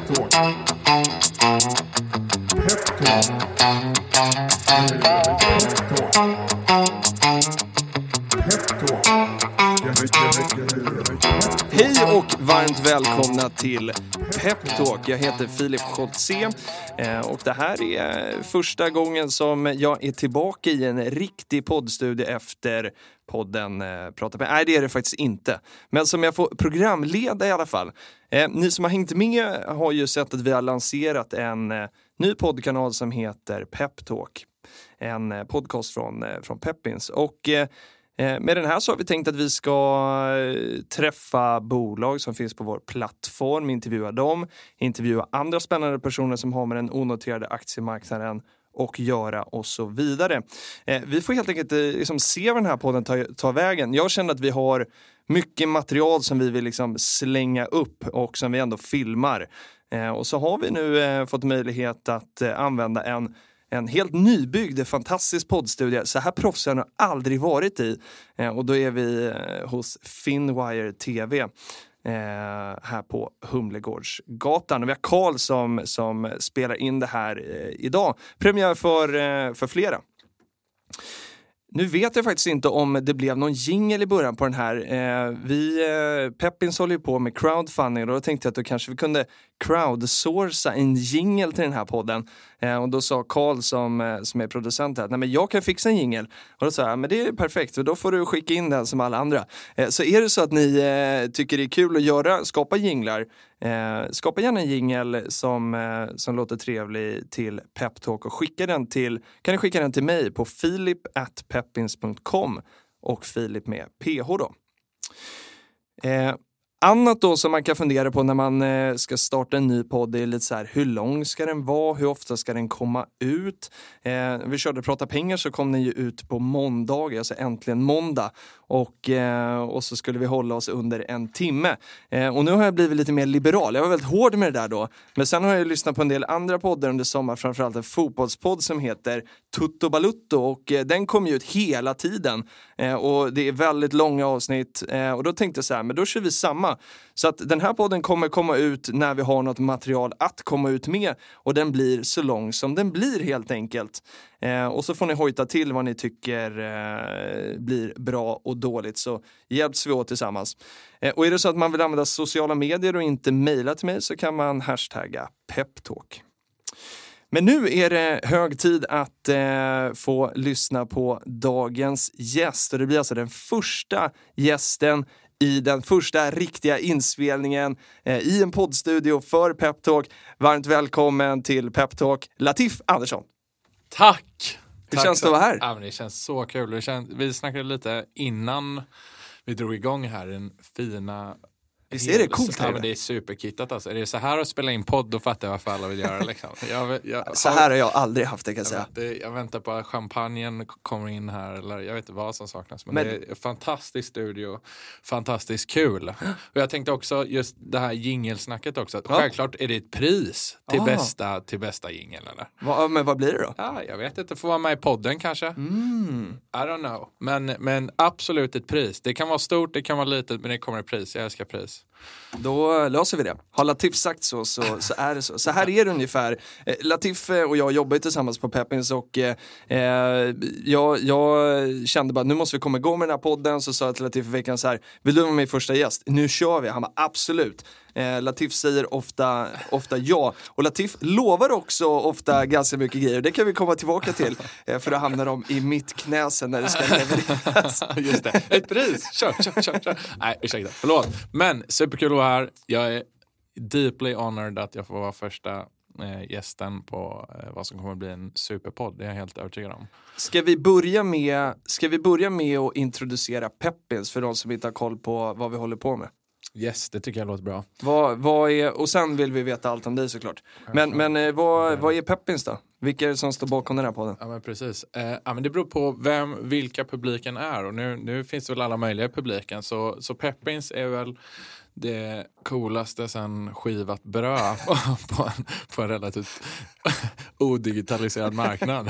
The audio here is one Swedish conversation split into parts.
Peptalk. Hej och varmt välkomna till Peptalk. Jag heter Filip Scholtze och det här är första gången som jag är tillbaka i en riktig poddstudio efter podden Prata med. Nej, det är det faktiskt inte. Men som jag får programleda i alla fall. Ni som har hängt med har ju sett att vi har lanserat en ny poddkanal som heter Peptalk. En podcast från Peppins. Och med den här så har vi tänkt att vi ska träffa bolag som finns på vår plattform, intervjua dem, intervjua andra spännande personer som har med den onoterade aktiemarknaden och göra och så vidare. Vi får helt enkelt liksom se vad den här podden tar vägen. Jag känner att vi har mycket material som vi vill liksom slänga upp och som vi ändå filmar. Och så har vi nu fått möjlighet att använda en helt nybyggd, fantastisk poddstudio. Så här proffsig har jag aldrig varit i. Och då är vi hos Finwire TV här på Humlegårdsgatan. Och vi har Karl som spelar in det här idag. Premiär för flera. Nu vet jag faktiskt inte om det blev någon jingle i början på den här. Peppins håller ju på med crowdfunding och då tänkte jag att då kanske vi kunde crowdsourca en jingle till den här podden. Och då sa Karl som är producent här, nej men jag kan fixa en jingle. Och då sa jag, men det är perfekt, och då får du skicka in den som alla andra. Så är det så att ni tycker det är kul att skapa jinglar, skapa gärna en jingle som låter trevlig till Peptalk och kan ni skicka den till mig på filip@peppins.com och Filip med PH då. Annat då som man kan fundera på när man ska starta en ny podd är lite så här, hur lång ska den vara? Hur ofta ska den komma ut? Vi körde Prata pengar så kom den ju ut på måndag, alltså äntligen måndag. Och så skulle vi hålla oss under en timme. Och nu har jag blivit lite mer liberal. Jag var väldigt hård med det där då. Men sen har jag lyssnat på en del andra poddar under sommar. Framförallt en fotbollspodd som heter Tutto Balutto. Och den kom ju ut hela tiden. Och det är väldigt långa avsnitt. Och då tänkte jag så här, men då kör vi samma. Så att den här podden kommer komma ut när vi har något material att komma ut med. Och den blir så lång som den blir helt enkelt. Och så får ni hojta till vad ni tycker blir bra och dåligt, så hjälps vi åt tillsammans. Och är det så att man vill använda sociala medier och inte mejla till mig så kan man hashtagga Peptalk. Men nu är det hög tid att få lyssna på dagens gäst. Och det blir alltså den första gästen i den första riktiga inspelningen i en poddstudio för Peptalk. Varmt välkommen till Peptalk, Latif Andersson. Tack! Hur känns det att vara här? Ja, men det känns så kul. Vi snackade lite innan vi drog igång här, den fina... Visst är det coolt här? Ja, men det är superkittat alltså. Är det så här att spela in podd, då fattar jag varför alla vill göra liksom. Så här har jag aldrig haft det, kan jag säga. Jag väntar på att champagnen kommer in här, eller jag vet inte vad som saknas. Men det är en fantastisk studio, fantastiskt kul. Och jag tänkte också, just det här jingelsnacket också, att självklart är det ett pris till bästa jingel, eller? Men vad blir det då? Ja, jag vet inte, får vara med i podden kanske. I don't know. Men absolut ett pris. Det kan vara stort, det kan vara litet, men det kommer ett pris. Jag älskar pris. Då löser vi det. Har Latif sagt så är det så. Så här är det ungefär. Latif och jag jobbar ju tillsammans på Peppins och jag kände bara, nu måste vi komma igång med den här podden. Så sa jag till Latif i veckan så här, vill du vara min första gäst? Nu kör vi. Han bara, absolut. Latif säger ofta ja. Och Latif lovar också ofta ganska mycket grejer. Det kan vi komma tillbaka till. För då hamnar de i mitt knä sen när det ska levereras. Just det, ett pris. Kör. Nej, ursäkta, förlåt. Men superkul att vara här. Jag är deeply honored att jag får vara första gästen på vad som kommer att bli en superpodd. Det är jag helt övertygad om. Ska vi börja med att introducera Peppins för de som inte har koll på vad vi håller på med? Yes, det tycker jag låter bra. Vad är, och sen vill vi veta allt om dig såklart. Men vad är Peppins då? Vilka är det som står bakom den här podden? Ja, men precis. Men det beror på vilka publiken är. Och nu finns det väl alla möjliga i publiken. Så Peppins är väl det coolaste sen skivat bröd på en relativt odigitaliserad marknad.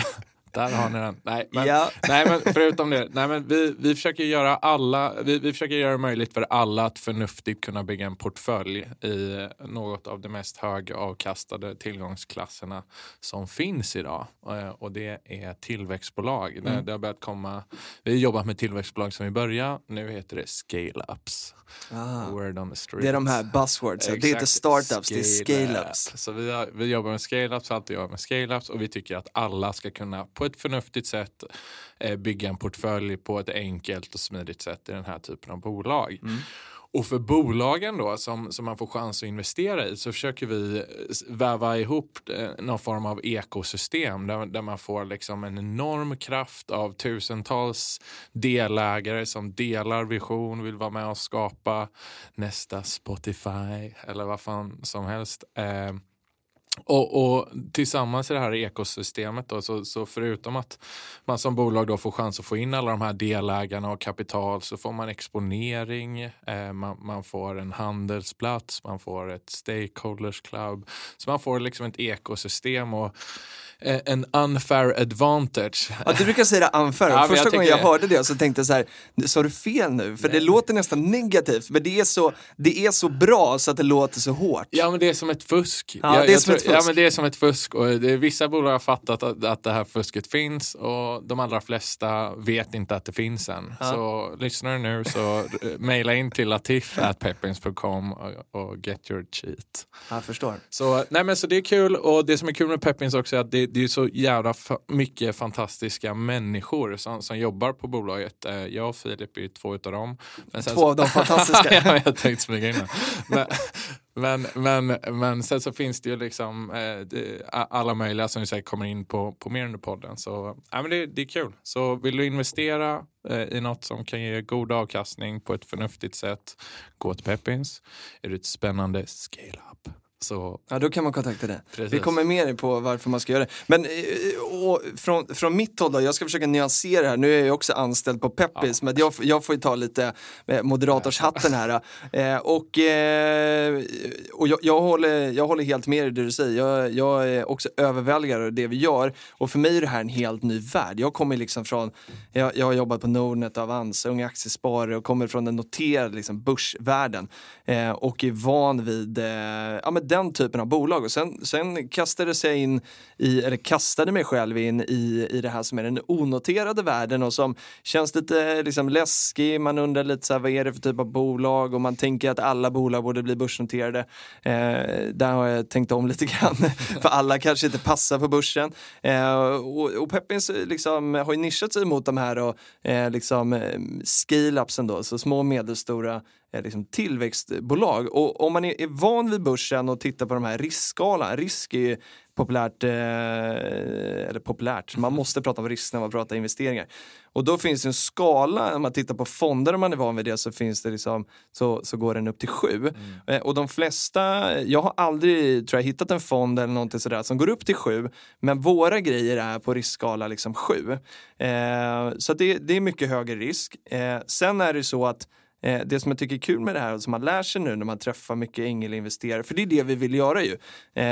Där har ni den. Nej, men förutom det. Nej, men vi försöker göra vi försöker göra det möjligt för alla att förnuftigt kunna bygga en portfölj i något av de mest högavkastade tillgångsklasserna som finns idag. Och det är tillväxtbolag. Det har börjat komma. Vi har jobbat med tillväxtbolag som vi började. Nu heter det scale-ups. Word on the street. Det är de här buzzwords. Det är inte startups, det är scale-ups. Så vi jobbar med scale-ups, alltid jobbar med scale-ups, och vi tycker att alla ska kunna på ett förnuftigt sätt bygga en portfölj på ett enkelt och smidigt sätt i den här typen av bolag. Och för bolagen då som man får chans att investera i, så försöker vi väva ihop någon form av ekosystem där man får liksom en enorm kraft av tusentals delägare som delar vision, vill vara med och skapa nästa Spotify eller vad fan som helst. Och tillsammans i det här ekosystemet då, så förutom att man som bolag då får chans att få in alla de här delägarna och kapital, så får man exponering, man får en handelsplats, man får ett stakeholders club, så man får liksom ett ekosystem och en unfair advantage. Ja, du brukar säga det unfair. Ja, första gången jag hörde det så tänkte jag så här, sa du fel nu? För det låter nästan negativt, men det är så bra så att det låter så hårt. Ja, men det är som ett fusk. Ja, det är som ett fusk. Och vissa bolag har fattat att det här fusket finns, och de allra flesta vet inte att det finns än. Ja. Så lyssnar nu, så mejla in till latif@peppins.com och get your cheat. Jag förstår. Så det är kul, och det som är kul med Peppins också är att det är så jävla mycket fantastiska människor som jobbar på bolaget. Jag och Filip är 2 utav dem. Men två av de fantastiska. Ja, jag tänkte smyga in men sen så finns det ju liksom alla möjliga som vi säkert kommer in på mer under podden. Så men det är kul. Så vill du investera i något som kan ge god avkastning på ett förnuftigt sätt, gå till Peppins. Är det ett spännande scale-up? Så. Ja, då kan man kontakta det. Precis. Vi kommer mer på varför man ska göra det. Men från mitt håll då, jag ska försöka nyansera här. Nu är jag också anställd på Peppis, men jag får ju ta lite moderatorshatten här. Och jag håller helt med i det du säger. Jag är också överväldigad av det vi gör. Och för mig är det här en helt ny värld. Jag kommer liksom från, jag har jobbat på Nordnet, Avanza, Unga Aktiesparare, och kommer från den noterade liksom börsvärlden. Och är van vid med den typen av bolag, och sen kastade mig själv in i det här som är den onoterade världen, och som känns lite liksom läskig. Man undrar lite så här, vad är det för typ av bolag, och man tänker att alla bolag borde bli börsnoterade. Där har jag tänkt om lite grann, för alla kanske inte passar på börsen. Och Peppins liksom har ju nischat sig mot de här och liksom scale-upsen då, så små och medelstora liksom tillväxtbolag. Och om man är van vid börsen och tittar på de här riskskalan, risk är ju populärt, man måste prata om risk när man pratar investeringar. Och då finns det en skala, om man tittar på fonder, om man är van vid det, så finns det liksom, så går den upp till 7. Och de flesta, jag har aldrig, tror jag, hittat en fond eller någonting sådär som går upp till 7, men våra grejer är på riskskala liksom 7. Så det är mycket högre risk. Sen är det så att det som jag tycker är kul med det här, och som man lär sig nu när man träffar mycket ängelinvesterare, för det är det vi vill göra ju,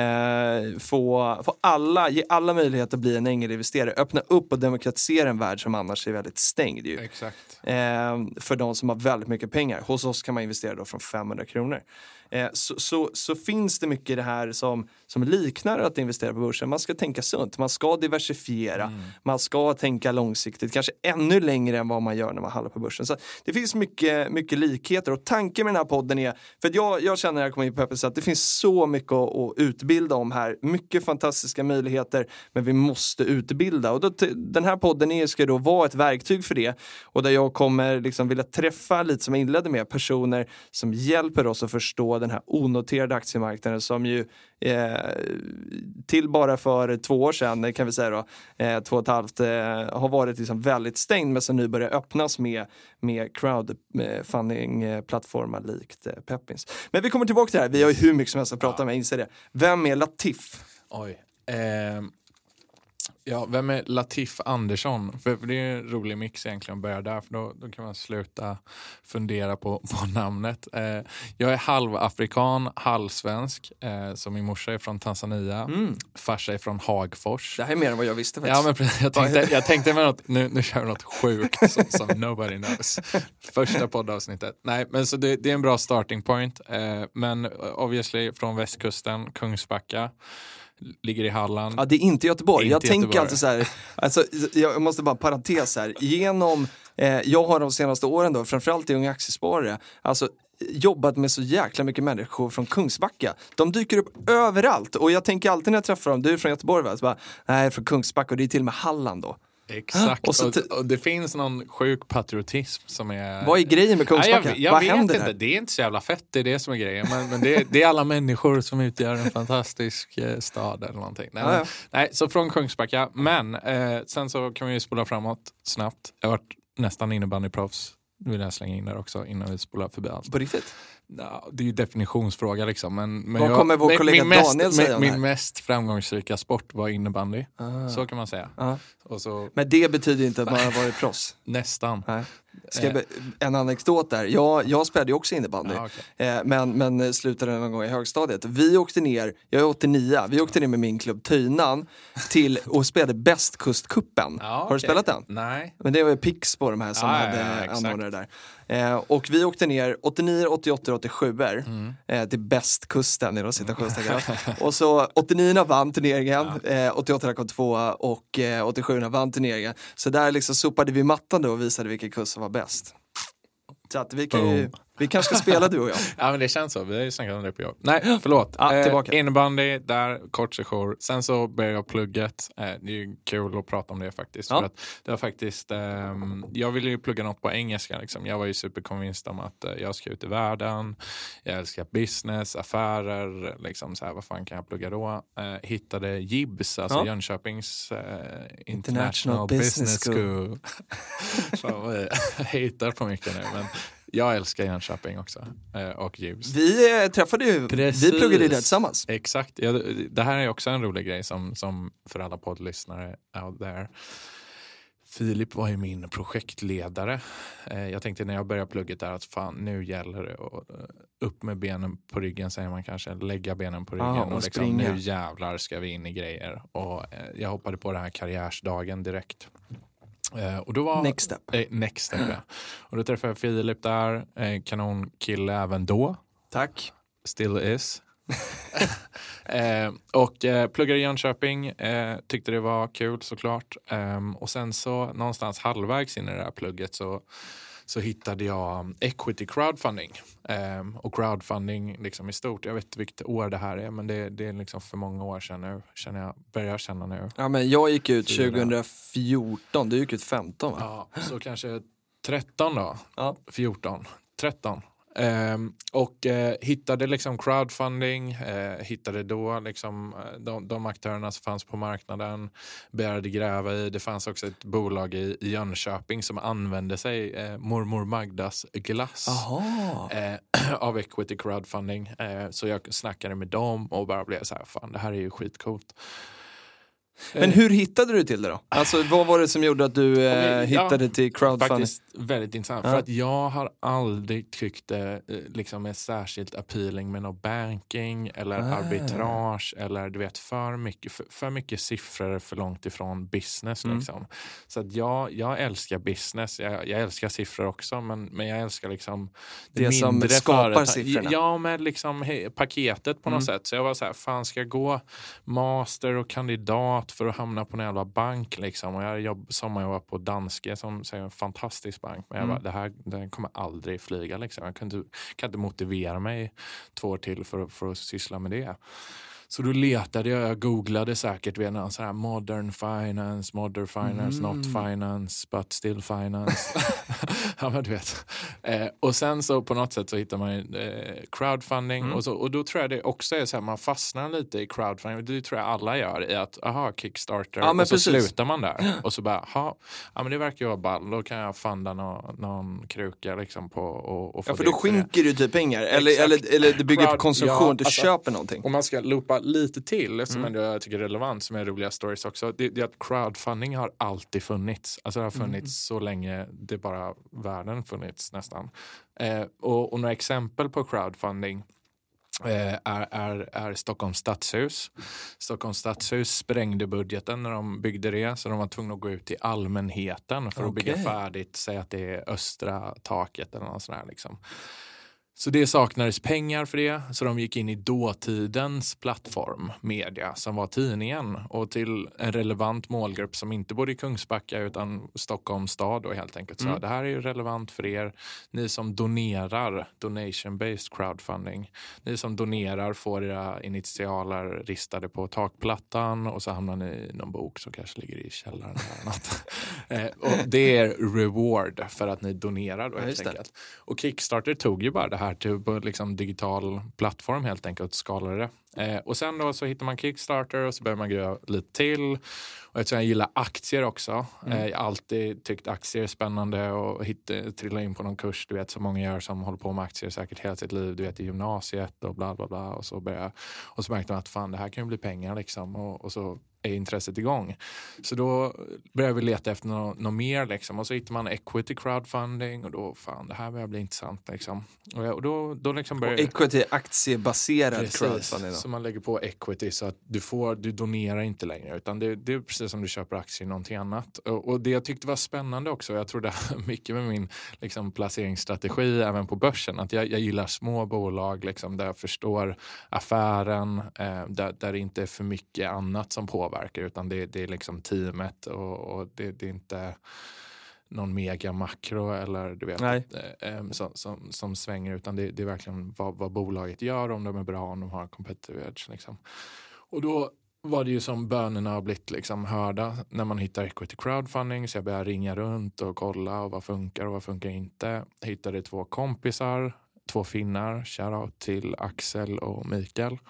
ge alla möjlighet att bli en ängelinvesterare, öppna upp och demokratisera en värld som annars är väldigt stängd ju. Exakt. För de som har väldigt mycket pengar. Hos oss kan man investera då från 500 kronor. Så finns det mycket i det här som liknar att investera på börsen. Man ska tänka sunt, man ska diversifiera, man ska tänka långsiktigt, kanske ännu längre än vad man gör när man handlar på börsen. Så det finns mycket likheter, och tanken med den här podden är, för att jag känner när jag kommer in på Peppins att det finns så mycket att utbilda om här, mycket fantastiska möjligheter, men vi måste utbilda, och då, den här podden ska då vara ett verktyg för det, och där jag kommer liksom vilja träffa, lite som jag inledde med, personer som hjälper oss att förstå den här onoterade aktiemarknaden, som ju till bara för 2 år sedan, kan vi säga då, 2,5 har varit liksom väldigt stängd, men som nu börjar öppnas med crowdfunding-plattformar likt Peppins. Men vi kommer tillbaka till det här, vi har ju hur mycket som helst att prata med, jag inser det. Vem är Latif? Oj. Ja, vem är Latif Andersson? För det är en rolig mix egentligen att börja där, för då kan man sluta fundera på namnet. Jag är halvafrikan, halvsvensk, så min morsa är från Tanzania, farsa är från Hagfors. Det här är mer än vad jag visste faktiskt. Ja, men jag tänkte med något, nu kör vi något sjukt som nobody knows. Första poddavsnittet. Nej, men så det är en bra starting point, men obviously från västkusten, Kungsbacka. Ligger i Halland. Ja, det är inte Göteborg. Inte jag tänker Göteborg. alltid så här, alltså, jag måste bara parentes här. Jag har de senaste åren då, framförallt i Unga Aktiesparare, alltså jobbat med så jäkla mycket människor från Kungsbacka. De dyker upp överallt. Och jag tänker alltid när jag träffar dem, du är från Göteborg va? Så bara, nej, från Kungsbacka, och det är till och med Halland då. Exakt, och det finns någon sjuk patriotism som är... Vad är grejen med Kungsbacka? Jag Vad vet händer inte, där? det är inte så jävla fett, det är det som är grejen. Men det är alla människor som utgör en fantastisk stad eller någonting. Nej, så från Kungsbacka. Men sen så kan vi ju spola framåt snabbt. Jag har varit nästan innebandyproffs. Nu vill jag slänga in där också innan vi spolar förbi allt. På riktigt? No, det är ju definitionsfråga liksom. Men vad kommer vår kollega Daniel säga? Min mest framgångsrika sport var innebandy. Så kan man säga. Och så, men det betyder inte att man har varit proffs. Nästan. Nej. En anekdot där. Jag spelade ju också innebandy. Okay. Men slutade någon gång i högstadiet. Vi åkte ner, jag är 89, vi åkte ner med min klubb Tynan till och spelade Bästkustkuppen. Har du spelat den? Nej. Men det var ju Pix på de här som hade anordnat det där. Och vi åkte ner 89, 88, 87 till Bästkusten i de citationstecken. Och så 89 vann turneringen, 88 kom 2 och 87 vann turneringen. Så där liksom sopade vi mattan då och visade vilken kust som var bäst. Så att vi kanske ska spela du och jag. Ja, men det känns så. Vi har ju snackat om det på jobb. Nej, förlåt. Tillbaka. Innebandy, där, kort session. Sen så började jag plugget. Det är ju kul att prata om det faktiskt. För att det var faktiskt... jag ville ju plugga något på engelska. Liksom. Jag var ju superkonvinced om att jag ska ut i världen. Jag älskar business, affärer. Liksom så här, vad fan kan jag plugga då? Hittade JIBS, alltså Jönköpings International Business School. Fan, jag hatar på mycket nu, men... Jag älskar Jönköping också. Och JIBS. Vi träffade ju, vi pluggade ju där tillsammans. Exakt. Det här är också en rolig grej som för alla poddlyssnare out there. Filip var ju min projektledare. Jag tänkte när jag började plugget där att fan, nu gäller det att upp med benen på ryggen, säger man kanske. Lägga benen på ryggen och liksom, nu jävlar ska vi in i grejer. Och jag hoppade på den här karriärsdagen direkt. Och då var Next Step, ja. Och då träffade jag Filip där, kanonkille även då. Tack. Still is. Och pluggade i Jönköping, tyckte det var kul såklart. Och sen så någonstans halvvägs in i det här plugget så hittade jag equity crowdfunding. Och crowdfunding liksom i stort. Jag vet inte vilket år det här är, men det är liksom för många år sedan nu. Börjar känna nu. Ja, men jag gick ut 2014, du gick ut 15 va? Ja, så kanske 13 då. Ja. 14, 13. Och hittade liksom crowdfunding, hittade då liksom de aktörerna som fanns på marknaden, började gräva i. Det fanns också ett bolag i Jönköping som använde sig mormor Magdas glass av equity crowdfunding. Så jag snackade med dem och bara blev så här, fan det här är ju skitcoolt. Men hur hittade du till det då? Alltså vad var det som gjorde att du hittade till crowdfunding? Faktiskt väldigt intressant. För att jag har aldrig tyckt det liksom är särskilt appealing med någon banking eller arbitrage eller du vet för mycket siffror för långt ifrån business liksom. Så att jag älskar business. Jag älskar siffror också, men jag älskar liksom det som skapar siffrorna. Ja, med liksom paketet på något sätt. Så jag var så här, fan ska jag gå master och kandidat för att hamna på en jävla bank liksom. Och jag sommarjobbade på Danske som säger en fantastisk bank. Men jag bara, det här kommer aldrig flyga liksom. Jag kan inte motivera mig 2 år till för att syssla med det. Så då letade jag googlade säkert vid någon sån här modern finance, not finance, but still finance. Ja, men du vet. Och sen så på något sätt så hittar man crowdfunding och då tror jag det också är så här, man fastnar lite i crowdfunding. Det tror jag alla gör i att, Kickstarter, och så slutar man där. Och så bara, men det verkar ju vara ball. Då kan jag funda någon kruka liksom på och få för då skänker du typ pengar. Eller du bygger på konsumtion, du köper någonting. Om man ska loopa lite till, som jag tycker är relevant, som är roliga stories också, det är att crowdfunding har alltid funnits. Alltså det har funnits så länge det bara världen funnits nästan. Och några exempel på crowdfunding är Stockholms stadshus. Stockholms stadshus sprängde budgeten när de byggde det, så de var tvungna att gå ut till allmänheten för att bygga färdigt, säga att det är östra taket eller något sånt här liksom. Så det saknades pengar för det, så de gick in i dåtidens plattform, media, som var tidningen, och till en relevant målgrupp som inte bodde i Kungsbacka utan Stockholms stad och helt enkelt. Så det här är ju relevant för er. Ni som donerar, donation-based crowdfunding, ni som donerar får era initialer ristade på takplattan och så hamnar ni i någon bok som kanske ligger i källaren eller något. Och det är reward för att ni donerar då helt enkelt. Och Kickstarter tog ju bara det här till liksom digital plattform helt enkelt, skalade det. Och sen då så hittar man Kickstarter och så börjar man göra lite till. Och jag gillar aktier också. Jag har alltid tyckt aktier är spännande och trilla in på någon kurs, du vet, som många gör som håller på med aktier säkert hela sitt liv, du vet, i gymnasiet och bla bla bla, och så märkte man att fan, det här kan ju bli pengar liksom, och så är intresset igång. Så då börjar vi leta efter något mer liksom, och så hittar man equity crowdfunding och då fan, det här börjar bli intressant liksom. Och då liksom börjar... Och equity, aktiebaserad crowdfunding då. Så man lägger på equity så att du donerar inte längre, utan det är precis som du köper aktier i någonting annat. Och det jag tyckte var spännande också, jag tror det mycket med min liksom placeringsstrategi även på börsen, att jag gillar små bolag liksom, där jag förstår affären, där det inte är för mycket annat som påverkar, utan det är liksom teamet och det är inte någon mega makro eller du vet som svänger, utan det är verkligen vad bolaget gör, om de är bra, om de har competitive edge liksom. Och då var det ju som bönerna har blivit liksom hörda när man hittar equity crowdfunding, så jag började ringa runt och kolla och vad funkar och vad funkar inte. Hittade 2 kompisar, 2 finnar, shoutout till Axel och Mikael.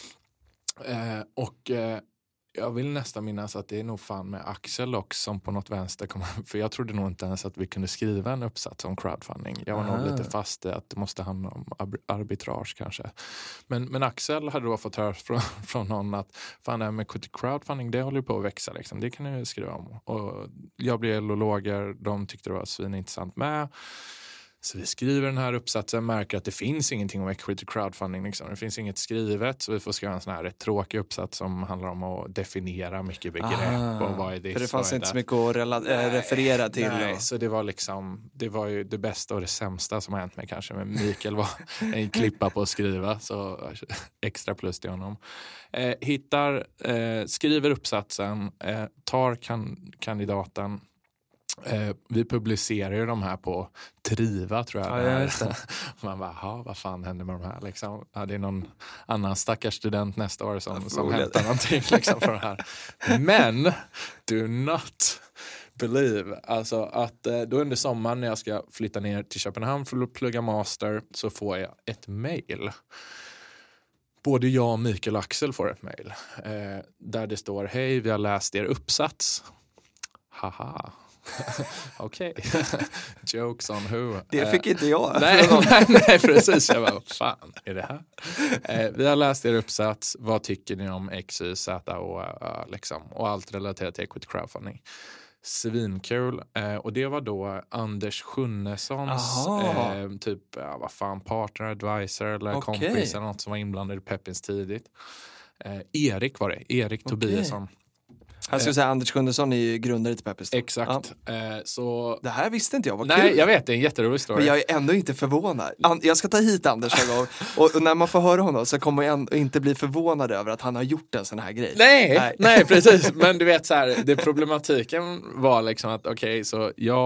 Jag vill nästan minnas att det är nog fan med Axel också som på något vänster kommer, för jag trodde nog inte ens att vi kunde skriva en uppsats om crowdfunding. Jag var nog lite fast i att det måste handla om arbitrage kanske. Men Axel hade då fått höra från någon att fan, det här med crowdfunding, det håller på att växa liksom. Det kan ni skriva om. Och jag blev LO-loger, de tyckte det var svinintressant med. Så vi skriver den här uppsatsen, märker att det finns ingenting om equity crowdfunding. Liksom. Det finns inget skrivet, så vi får skriva en sån här rätt tråkig uppsats som handlar om att definiera mycket begrepp och vad är det. För det fanns inte så mycket att referera till. Nej, så det var liksom, det var ju det bästa och det sämsta som har hänt mig kanske. Men Mikael var en klippa på att skriva, så extra plus till honom. Skriver uppsatsen, tar kandidaten. Vi publicerar ju de här på Triva, tror jag. Man bara, vad fan händer med de här liksom? Det är någon annan stackars student nästa år som hämtar någonting liksom från det här. Men do not believe, alltså att då under sommaren när jag ska flytta ner till Köpenhamn för att plugga master, så får jag ett mejl. Både jag och Mikael och Axel får ett mejl där det står: hej, vi har läst er uppsats. Haha. Okej. Jokes on who. Det fick inte jag. Nej, precis. Jag bara, vad fan är det här? Vi har läst er uppsats. Vad tycker ni om X, Y, Z och liksom, och allt relaterat till equity crowdfunding. Svinkul. Och det var då Anders Schunnessons vad fan, partner, advisor eller kompis eller något som var inblandad i Peppins tidigt. Erik var det. Erik Tobiasson. Han skulle säga Anders Sjunnesson är ju grundare till Peppers. Exakt. Så... Det här visste inte jag, vad Nej, kul. jag vet, det är en jätterolig story. Men jag är ändå inte förvånad. Jag ska ta hit Anders en gång. Och när man får höra honom så kommer jag inte bli förvånad över att han har gjort en sån här grej. Nej, precis. Men du vet så här, det problematiken var liksom att så jag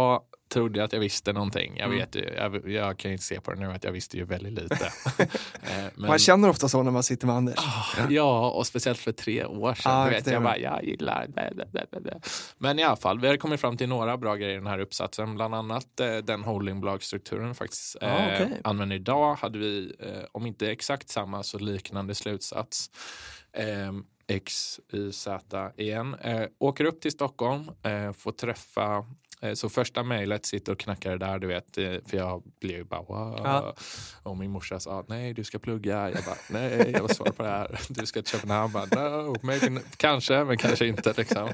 trodde att jag visste någonting. Jag kan ju inte se på det nu att jag visste ju väldigt lite. Men man känner ofta så när man sitter med Anders. Ja, och speciellt för 3 år sedan. Jag gillar det. Men i alla fall, vi har kommit fram till några bra grejer i den här uppsatsen. Bland annat den holdingbolagsstrukturen faktiskt använder idag. Hade vi, om inte exakt samma, så liknande slutsats. X, Y, Z igen. Åker upp till Stockholm, får träffa. Så första mejlet sitter och knackar där, du vet, för jag blev ju bara wow. Och min morsa sa, nej du ska plugga. Jag bara, nej jag var svar på det här. Du ska till Köpenhamn. No, maybe, kanske, men kanske inte liksom.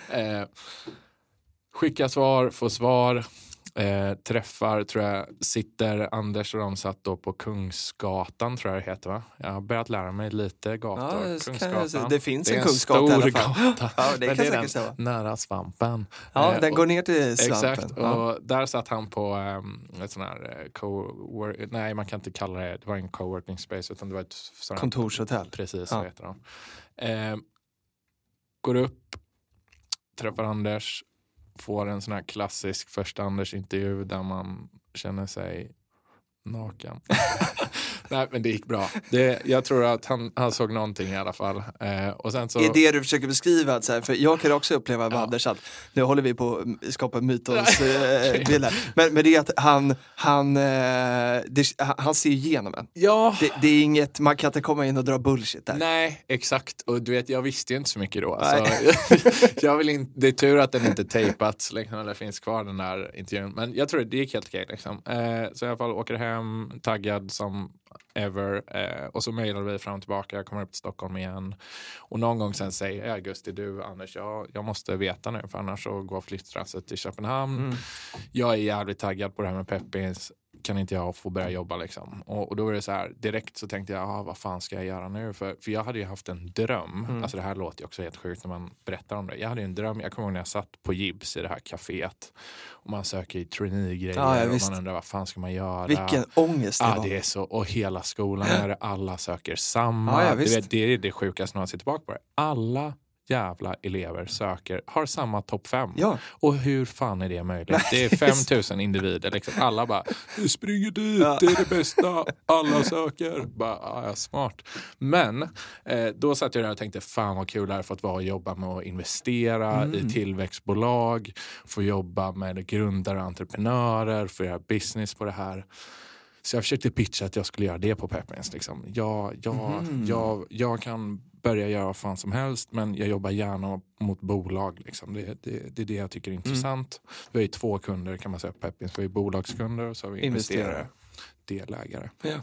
Skicka svar, få svar. Träffar, tror jag, sitter Anders och de satt då på Kungsgatan, tror jag det heter, va? Jag har börjat lära mig lite gator. Kungsgatan. Det finns en Kungsgata i alla fall. Gata. Ja, det men kan det är säkert den nära Svampen. Ja, den går ner till Svampen. Exakt, och där satt han på ett sån här nej, man kan inte kalla det var en coworking space, utan det var ett sån här kontorshotell. Precis, så heter de. Går upp, träffar Anders, får en sån här klassisk första Anders-intervju där man känner sig naken. Nej, men det gick bra. Jag tror att han såg någonting i alla fall. Och sen så... Är det du försöker beskriva? Så här, för jag kan också uppleva med Anders att nu håller vi på att skapa mytonsbilder. Men det är att han ser igenom en. Ja. Det är inget, man kan inte komma in och dra bullshit där. Nej, exakt. Och du vet, jag visste ju inte så mycket då. Alltså, det är tur att den inte tejpats liksom, eller finns kvar den där intervjun. Men jag tror det gick helt okej. Liksom. Så i alla fall åker hem, taggad som ever. Och så mejlade vi fram och tillbaka. Jag kommer upp till Stockholm igen. Och någon gång sen säger jag, augusti, du Anders, jag måste veta nu, för annars så går flyttstrasset till Köpenhamn. Jag är jävligt taggad på det här med Peppins. Kan inte jag få börja jobba liksom. Och då var det så här, direkt så tänkte jag, vad fan ska jag göra nu? För jag hade ju haft en dröm. Alltså det här låter ju också helt sjukt när man berättar om det. Jag hade ju en dröm, jag kommer ihåg när jag satt på Gibbs i det här kaféet. Och man söker i trainee-grejer och man undrar, vad fan ska man göra? Vilken ångest det var. Det är så, och hela skolan är alla söker samma. Det är det sjukaste när man sitter tillbaka på det. Alla jävla elever har samma topp 5. Ja. Och hur fan är det möjligt? Det är 5000 individer. Liksom. Alla bara, du springer dit, det är det bästa. Alla söker. Bara, smart. Men då satt jag där och tänkte, fan vad kul det här fått vara att jobba med att investera i tillväxtbolag. Få jobba med grundare och entreprenörer. Få göra business på det här. Så jag försökte pitcha att jag skulle göra det på Peppins. Liksom. Jag kan börja göra vad fan som helst, men jag jobbar gärna mot bolag. Liksom. Det är det jag tycker är intressant. Vi har ju 2 kunder kan man säga på Peppins. Vi har bolagskunder och så har vi investerare, delägare. Ja.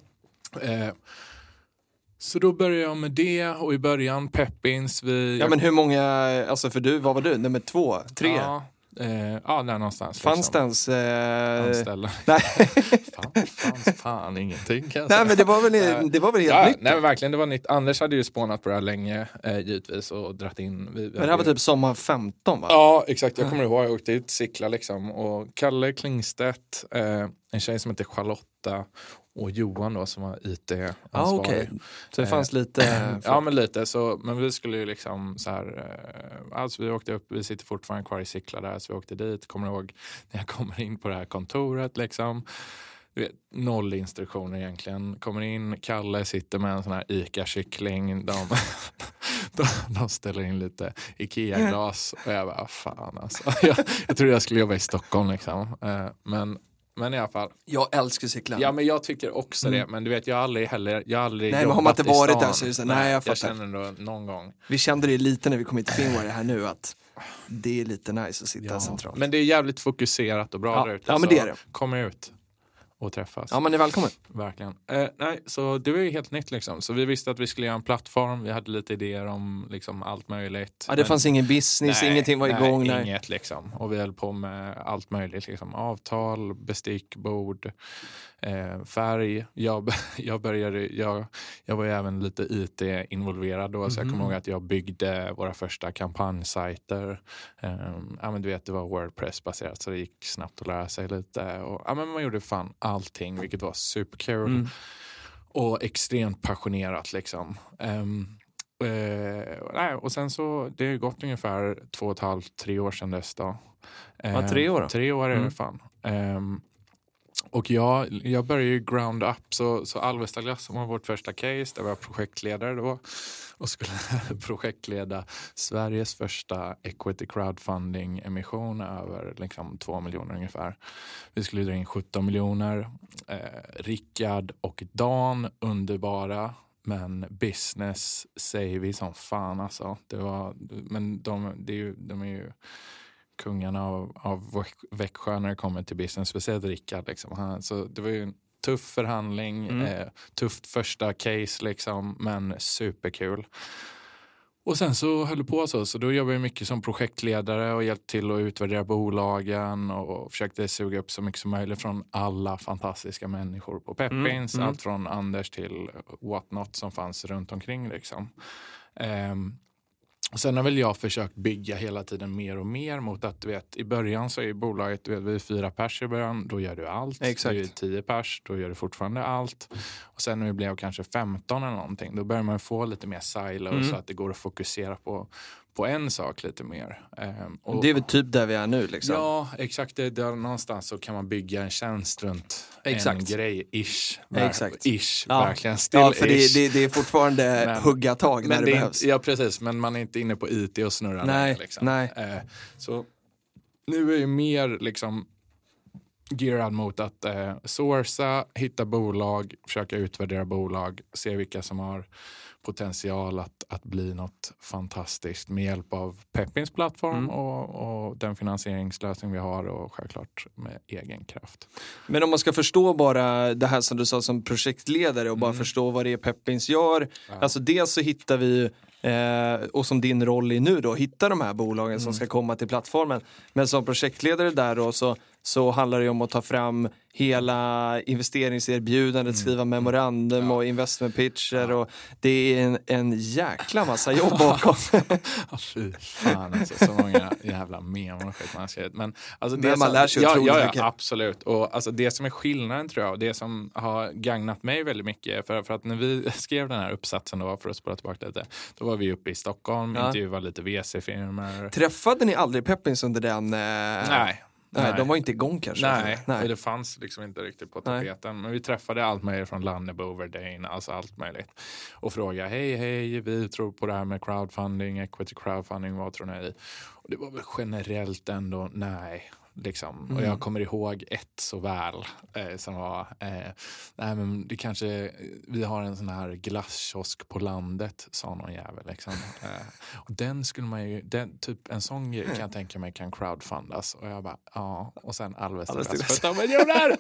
Så då började jag med det, och i början Peppins. Men hur många, alltså för vad var du? Nummer 2, 3? Ja. Där någonstans. Fanns det ens... Anställda? Nej. Fan, ingenting kan jag säga. Nej, men det var väl helt nytt? Nej, men verkligen, det var nytt. Anders hade ju spånat på det här länge, givetvis, och dratt in... Men det här var typ sommar 15, va? Ja, exakt. Jag kommer ihåg, jag åkte ut cykla liksom, och Kalle Klingstedt, en tjej som heter Charlotta, och Johan då som var IT-ansvarig. Okay. Så det fanns lite... Ja, men lite. Men vi skulle ju liksom så här... Alltså vi åkte upp, vi sitter fortfarande kvar i cyklar där, så vi åkte dit. Kommer ihåg när jag kommer in på det här kontoret liksom. Noll instruktioner egentligen. Kommer in, Kalle sitter med en sån här Ica-kyckling. De ställer in lite Ikea-glas. Och jag bara, fan alltså. Jag trodde jag skulle jobba i Stockholm liksom. Men i alla fall. Jag älskar cykla. Ja, men jag tycker också det. Men du vet, jag har aldrig nej, men har man inte varit där så är det så. Nej, jag känner ändå någon gång. Vi kände det lite när vi kom hit till Finwire här nu, att det är lite nice att sitta centralt. Men det är jävligt fokuserat och bra där ute. Ja, men det är det. Kom ut och träffas. Ja, men ni är välkommen. Verkligen. Nej, så det var ju helt nytt liksom. Så vi visste att vi skulle göra en plattform. Vi hade lite idéer om liksom allt möjligt. Ja, det fanns ingen business, ingenting var igång. Nej, inget liksom. Och vi höll på med allt möjligt liksom. Avtal, bestick, bord, färg. Jag var ju även lite IT-involverad då. Så jag kommer ihåg att jag byggde våra första kampanjsajter. Men du vet, det var WordPress-baserat, så det gick snabbt att lära sig lite. Och men man gjorde fan allting, vilket var superkul. Och extremt passionerat liksom. Och sen så, det har gått ungefär 2,5-3 år sedan dess då. 3 år då? 3 år är det fan. Och jag började ju ground up, så Alvesta Glass som var vårt första case, där var jag projektledare då och skulle projektleda Sveriges första equity crowdfunding emission över liksom 2 miljoner ungefär. Vi skulle dra in 17 miljoner. Rickard och Dan, underbara, men business säger vi som fan alltså. Men de är ju kungarna av Växjö när det kommer till business, speciellt Rickard liksom. Så det var ju en tuff förhandling, tufft första case liksom, men superkul. Och sen så höll det på så då jobbade jag mycket som projektledare och hjälpte till att utvärdera bolagen och försökte suga upp så mycket som möjligt från alla fantastiska människor på Peppins, allt från Anders till whatnot som fanns runt omkring liksom. Sen har väl jag försökt bygga hela tiden mer och mer mot att, du vet, i början så är bolaget, du vet, vi är 4 pers i början, då gör du allt. Exakt. Du är 10 pers, då gör du fortfarande allt. Och sen när vi blev kanske 15 eller någonting, då börjar man få lite mer silo så att det går att fokusera på en sak lite mer. Och det är väl typ där vi är nu liksom. Ja, exakt. Där någonstans så kan man bygga en tjänst runt en grej, Exakt. Verkligen. Still ja, för det är fortfarande hugga tag när det behövs. Ja, precis. Men man är inte inne på IT och snurrar. Nej, liksom. nej. Så nu är ju mer liksom gearad mot att sourca, hitta bolag, försöka utvärdera bolag, se vilka som har potential att bli något fantastiskt med hjälp av Peppins plattform och den finansieringslösning vi har, och självklart med egen kraft. Men om man ska förstå bara det här som du sa som projektledare och bara förstå vad det är Peppins gör. Ja. Alltså dels så hittar vi och som din roll är nu då, hitta de här bolagen som ska komma till plattformen. Men som projektledare där då så handlar det om att ta fram hela investeringserbjudandet, skriva memorandum och investment pitcher och det är en jäkla massa jobb bakom. Fy fan alltså, så många jävla memor och skit man har skrivit. Men alltså det man lär sig otroligt mycket. Absolut. Och alltså det som är skillnaden tror jag, det som har gagnat mig väldigt mycket, för att när vi skrev den här uppsatsen då, för att spåra tillbaka lite, då var vi uppe i Stockholm, intervjuade lite VC-firmor. Träffade ni aldrig Peppins under den? Nej, de var inte igång kanske. Nej. Det fanns liksom inte riktigt på tapeten. Nej. Men vi träffade allt möjligt från Lannebo, Verdane, alltså allt möjligt. Och frågade, hej, vi tror på det här med crowdfunding, equity crowdfunding, vad tror ni? Och det var väl generellt ändå, nej. Liksom. Och jag kommer ihåg ett så väl som var nej men det kanske, vi har en sån här glasskiosk på landet, sa någon jävel liksom. Och den skulle man ju, typ en sån grej kan jag tänka mig kan crowdfundas, och jag bara och sen Alvesta Glass 17 miljoner.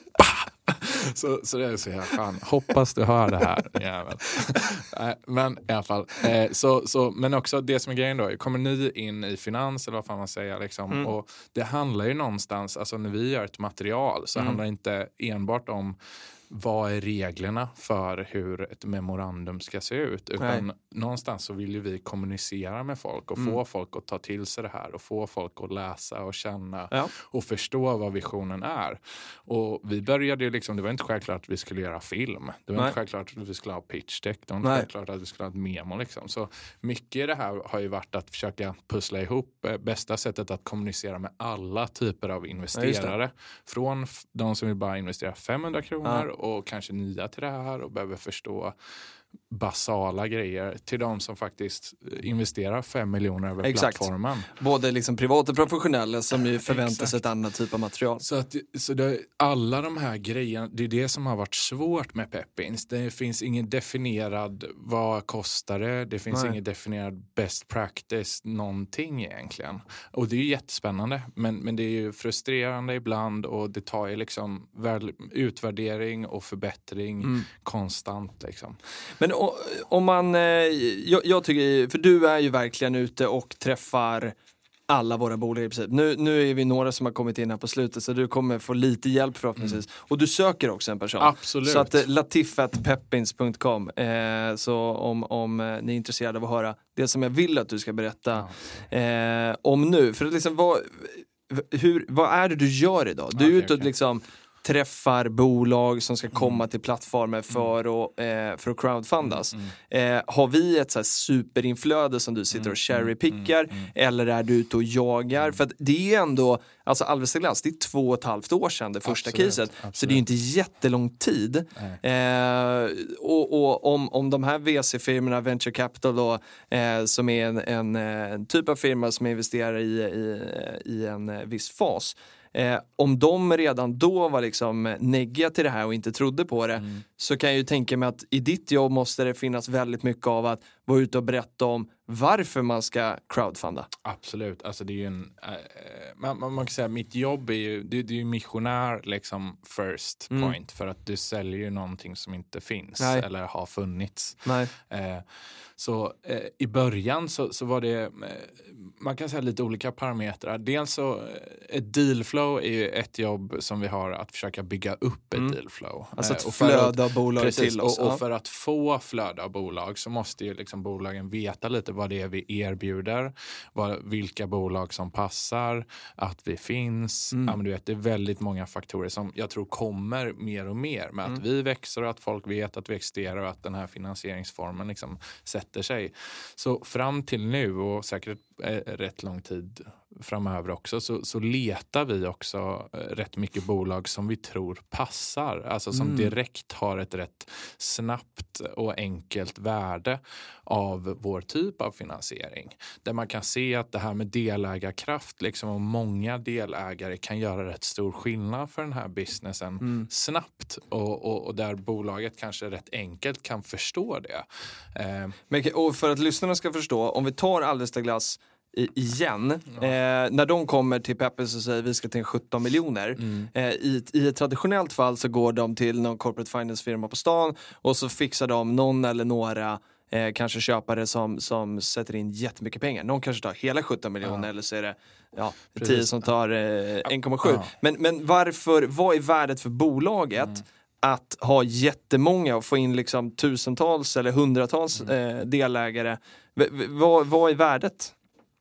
Så det är så här fan. Hoppas du hör det här jävel. Men i alla fall men också det som är grejen då, kommer ni in i finans eller vad fan man säger liksom, och det handlar ju någonstans, alltså när vi gör ett material så handlar det inte enbart om vad är reglerna för hur ett memorandum ska se ut, utan någonstans så vill ju vi kommunicera med folk och få folk att ta till sig det här och få folk att läsa och känna och förstå vad visionen är. Och vi började ju liksom, det var inte självklart att vi skulle göra film, det var inte självklart att vi skulle ha pitch deck, det var inte självklart att vi skulle ha ett memo liksom. Så mycket i det här har ju varit att försöka pussla ihop bästa sättet att kommunicera med alla typer av investerare, från de som vill bara investera 500 kronor och kanske nya till det här och behöver förstå basala grejer, till de som faktiskt investerar 5 miljoner över plattformen. Både liksom privata och professionella som ju förväntar sig ett annat typ av material. Så alla de här grejerna, det är det som har varit svårt med Peppins. Det finns ingen definierad, vad kostar det? Det finns ingen definierad best practice, någonting egentligen. Och det är ju jättespännande, men det är ju frustrerande ibland, och det tar ju liksom utvärdering och förbättring konstant liksom. Men om man, jag tycker, för du är ju verkligen ute och träffar alla våra bolag i princip. Nu är vi några som har kommit in här på slutet, så du kommer få lite hjälp förhoppningsvis. Och du söker också en person. Absolut. Så att latif@peppins.com, så om ni är intresserade av att höra det som jag vill att du ska berätta om nu. För att liksom, vad är det du gör idag? Du är ute och liksom träffar bolag som ska komma till plattformar för att crowdfundas. Har vi ett så här superinflöde som du sitter och cherrypickar eller är du ute och jagar? För att det är ändå, alltså Alvesta Glass, det är 2,5 år sedan det första caset. Så det är ju inte jättelång tid. Och om de här VC-firmorna, Venture Capital då, som är en typ av firma som investerar i en viss fas, om de redan då var liksom negga till det här och inte trodde på det, så kan jag ju tänka mig att i ditt jobb måste det finnas väldigt mycket av att vara ute och berätta om varför man ska crowdfunda. Absolut, alltså det är ju man kan säga att mitt jobb är ju, det är ju missionär liksom first point, för att du säljer ju någonting som inte finns eller har funnits. Så i början så var det, man kan säga lite olika parametrar. Dels så, ett dealflow är ju ett jobb som vi har, att försöka bygga upp ett dealflow. Alltså ett flöde av bolag till oss. Och för att få flöde av bolag så måste ju liksom bolagen veta lite vad det är vi erbjuder, vilka bolag som passar, att vi finns. Ja, men du vet, det är väldigt många faktorer som jag tror kommer mer och mer med att vi växer och att folk vet att vi existerar och att den här finansieringsformen liksom sätter sig. Så fram till nu, och säkert rätt lång tid framöver också, så letar vi också rätt mycket bolag som vi tror passar, alltså som direkt har ett rätt snabbt och enkelt värde av vår typ av finansiering, där man kan se att det här med delägarkraft liksom, och många delägare kan göra rätt stor skillnad för den här businessen snabbt, och där bolaget kanske rätt enkelt kan förstå det. Men, och för att lyssnarna ska förstå, om vi tar Alvesta Glass igen, när de kommer till Peppe så säger vi ska till 17 miljoner. I ett traditionellt fall så går de till någon corporate finance firma på stan och så fixar de någon eller några kanske köpare som sätter in jättemycket pengar. Någon kanske tar hela 17 miljoner eller så är det 10 som tar 1,7. Men varför, vad är värdet för bolaget att ha jättemånga och få in liksom tusentals eller hundratals delägare? Vad är värdet?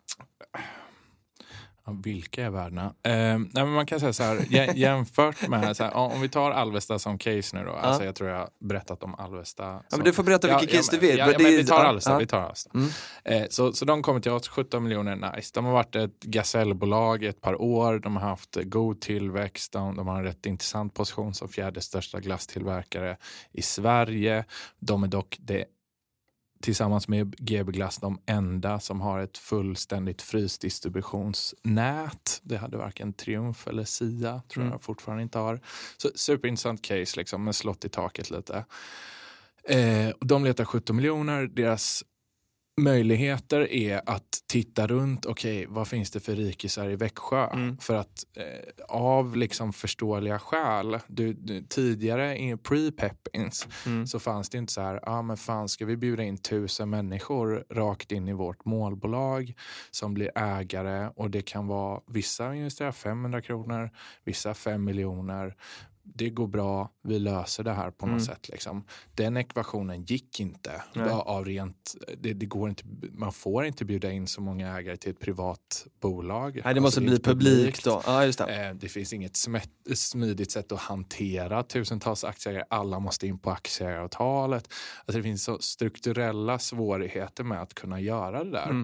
Vilka är värdena? Nej, men man kan säga så här, jämfört med så här, om vi tar Alvesta som case nu då. Alltså jag tror jag har berättat om Alvesta. Men du får berätta vilken case du vill. Men vi tar Alvesta. Så de kommer till oss, 17 miljoner, nice. De har varit ett gasellbolag ett par år. De har haft god tillväxt. De har en rätt intressant position som fjärde största glasstillverkare i Sverige. De är dock tillsammans med GB Glass de enda som har ett fullständigt frysdistributionsnät. Det hade varken Triumf eller Sia, tror jag fortfarande inte har. Så superintressant case liksom, med slott i taket lite. Och de letar 17 miljoner. Deras möjligheter är att titta runt, vad finns det för rikisar i Växjö? För att av liksom förståeliga skäl, tidigare i pre-Peppins så fanns det inte så här, men fan, ska vi bjuda in 1000 människor rakt in i vårt målbolag som blir ägare, och det kan vara, vissa investerar 500 kronor, vissa 5 miljoner. Det går bra, vi löser det här på något sätt. Liksom. Den ekvationen gick inte. Av rent, det går inte, man får inte bjuda in så många ägare till ett privat bolag. Nej, det måste bli publikt då. Ja, just det. Det finns inget smidigt sätt att hantera tusentals aktieägare. Alla måste in på aktieägaravtalet. Alltså det finns så strukturella svårigheter med att kunna göra det där.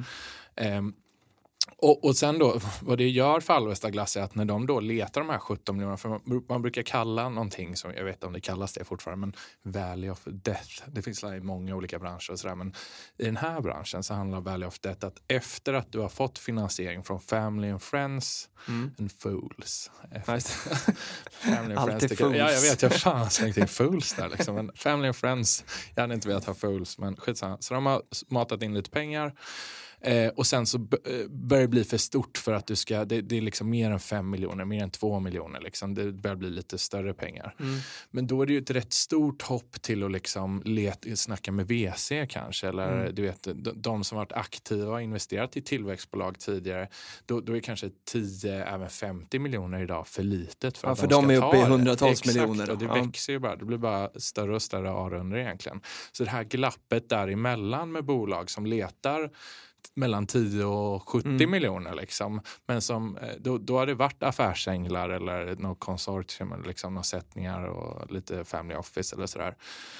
Och sen då, vad det gör för Alvesta Glass är att när de då letar de här 17 miljonerna, för man brukar kalla någonting som, jag vet inte om det kallas det fortfarande, men Valley of Death. Det finns i många olika branscher och sådär, men i den här branschen så handlar Valley of Death att efter att du har fått finansiering från Family and Friends and Fools. Family and Friends. Fools. Ja, jag vet, jag fan slängt in Fools där liksom, men Family and Friends, jag hade inte velat ha Fools, men skitsamma. Så de har matat in lite pengar. Och sen så börjar det bli för stort för att du ska, det är liksom mer än 5 miljoner, mer än 2 miljoner liksom, det börjar bli lite större pengar. Men då är det ju ett rätt stort hopp till att liksom snacka med VC kanske, eller du vet, de som varit aktiva och investerat i tillväxtbolag tidigare, då är kanske 10, även 50 miljoner idag för litet för att för de är uppe i hundratals miljoner. Exakt, och det växer ju bara, det blir bara större och större A-runder egentligen. Så det här glappet däremellan med bolag som letar mellan 10 och 70 miljoner liksom. Men som, då har det varit affärsänglar eller något konsortium eller liksom några sättningar och lite family office eller sådär.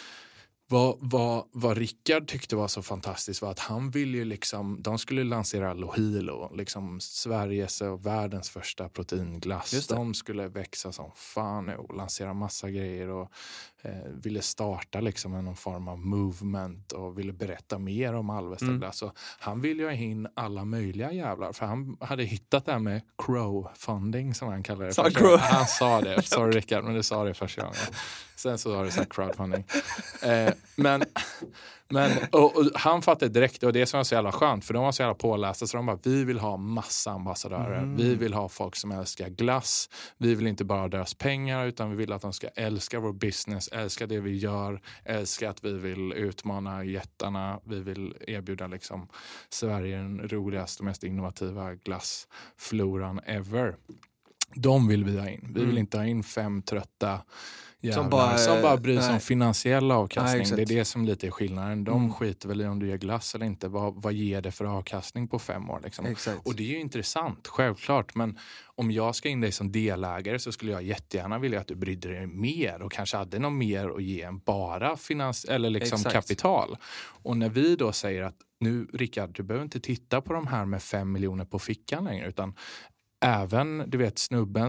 Vad Rickard tyckte var så fantastiskt var att han ville ju liksom, de skulle lansera Lohilo, liksom Sveriges och världens första proteinglass. De skulle växa som fan och lansera massa grejer och ville starta liksom någon form av movement och ville berätta mer om Alvesta glass. Så han ville ju ha in alla möjliga jävlar, för han hade hittat det här med crowdfunding som han kallade det. Han sa det, sorry Rickard, men du sa det första gången. Sen så var det så här crowdfunding. Men och han fattade direkt, och det som var så jävla skönt, för de var så jävla pålästa, så de bara, vi vill ha massa ambassadörer. Vi vill ha folk som älskar glass. Vi vill inte bara ha deras pengar, utan vi vill att de ska älska vår business, älska det vi gör, älska att vi vill utmana jättarna. Vi vill erbjuda liksom Sverige den roligaste och mest innovativa glassfloran ever. De vill vi ha in. Vi vill inte ha in 5 trötta som bara bryr sig om finansiell avkastning. Det är det som lite är skillnaden. De skiter väl i om du gör glass eller inte. Vad ger det för avkastning på 5 år? Liksom? Och det är ju intressant, självklart. Men om jag ska in dig som delägare så skulle jag jättegärna vilja att du brydde dig mer och kanske hade något mer att ge än bara eller liksom kapital. Och när vi då säger att nu, Rickard, du behöver inte titta på de här med 5 miljoner på fickan längre, utan även, du vet, snubben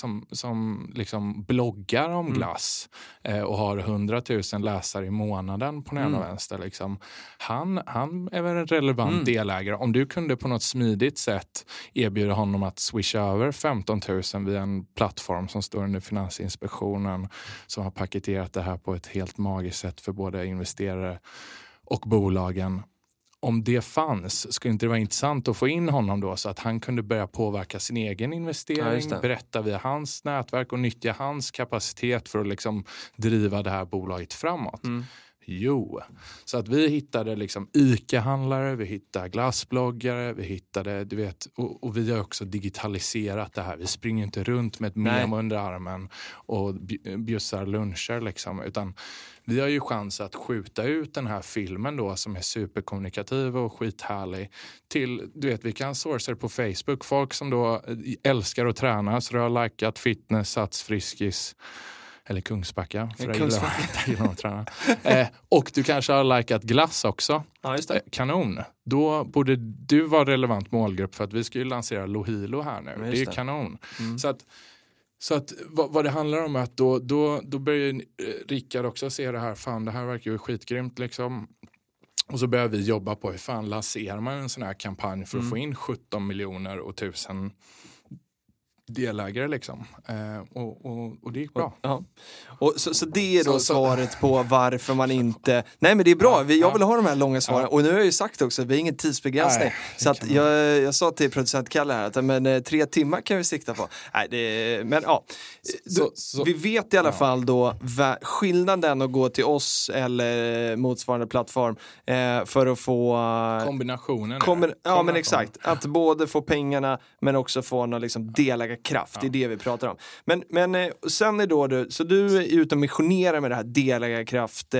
som liksom bloggar om glass och har 100 000 läsare i månaden på den vänster. Liksom. Han är väl en relevant delägare. Om du kunde på något smidigt sätt erbjuda honom att swisha över 15 000 via en plattform som står under Finansinspektionen, som har paketerat det här på ett helt magiskt sätt för både investerare och bolagen. Om det fanns, skulle inte det vara intressant att få in honom då, så att han kunde börja påverka sin egen investering, berätta via hans nätverk och nyttja hans kapacitet för att liksom driva det här bolaget framåt. Jo, så att vi hittade liksom ICA-handlare, vi hittade glassbloggare, vi hittade, du vet, och vi har också digitaliserat det här. Vi springer inte runt med ett memo under armen och bjussar luncher liksom, utan vi har ju chans att skjuta ut den här filmen då som är superkommunikativ och skithärlig till, du vet, vi kan sourca det på Facebook. Folk som då älskar att träna, så du har likat fitness, Sats, Friskis eller Kungsbacka, för jag gillar att träna. Och du kanske har likat glass också. Ja, just det. Kanon. Då borde du vara relevant målgrupp, för att vi ska ju lansera Lohilo här nu. Det är ju kanon. Så att vad det handlar om är att då börjar Rickard också se det här, fan det här verkar ju skitgrymt liksom. Och så börjar vi jobba på hur fan lanserar man en sån här kampanj för att få in 17 miljoner och 1000 delägare liksom. Och det gick bra. Och så det är då svaret på varför man inte... Nej, men det är bra. Jag vill ha de här långa svaren. Och nu har jag ju sagt också, vi har ingen tidsbegränsning. Så att jag sa till producent Kalle här att men 3 timmar kan vi sikta på. Men ja. Vi vet i alla fall då skillnaden att gå till oss eller motsvarande plattform för att få... Kombinationen. Ja, men exakt. Att både få pengarna men också få någon liksom delägarkraft. Det är det vi pratar om. Men sen är då så du är ute och missionerar med det här delägarkraft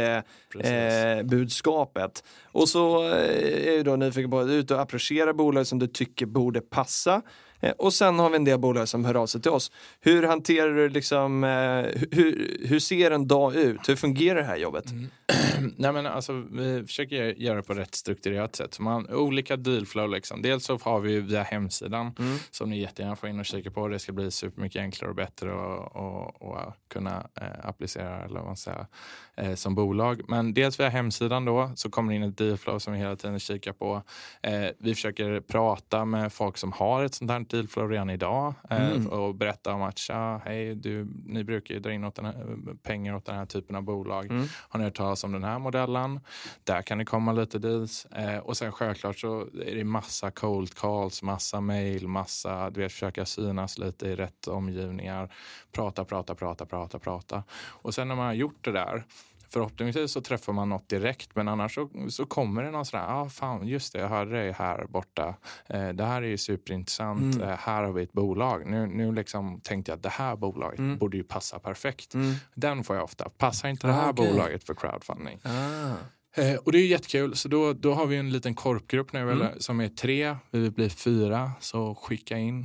budskapet. Och så är du då nyfiken på att ut och approchera bolag som du tycker borde passa. Och sen har vi en del bolag som hör av sig till oss. Hur hanterar du liksom, hur ser en dag ut? Hur fungerar det här jobbet? Nej, men alltså, vi försöker göra det på rätt strukturerat sätt. Så man olika dealflow liksom. Dels så har vi via hemsidan som ni jättegärna får in och kika på. Det ska bli supermycket enklare och bättre och kunna applicera eller vad man säger, som bolag. Men dels via hemsidan då så kommer in ett dealflow som vi hela tiden kikar på. Vi försöker prata med folk som har ett sånt här dealflow redan idag och berätta om att hej, ni brukar ju dra in pengar åt den här typen av bolag. Har ni hört talas om den här modellen? Där kan det komma lite deals. Och sen självklart så är det massa cold calls, massa mail, försöka synas lite i rätt omgivningar. Prata. Och sen när man har gjort det där, förhoppningsvis så träffar man något direkt, men annars så kommer det någon sådär, fan just det, jag hörde det här borta. Det här är ju superintressant. Här har vi ett bolag. Nu liksom tänkte jag att det här bolaget borde ju passa perfekt. Den får jag ofta. Passar inte det här bolaget för crowdfunding? Och det är jättekul, så då har vi en liten korpgrupp nu som är 3, vi vill bli 4, så skicka in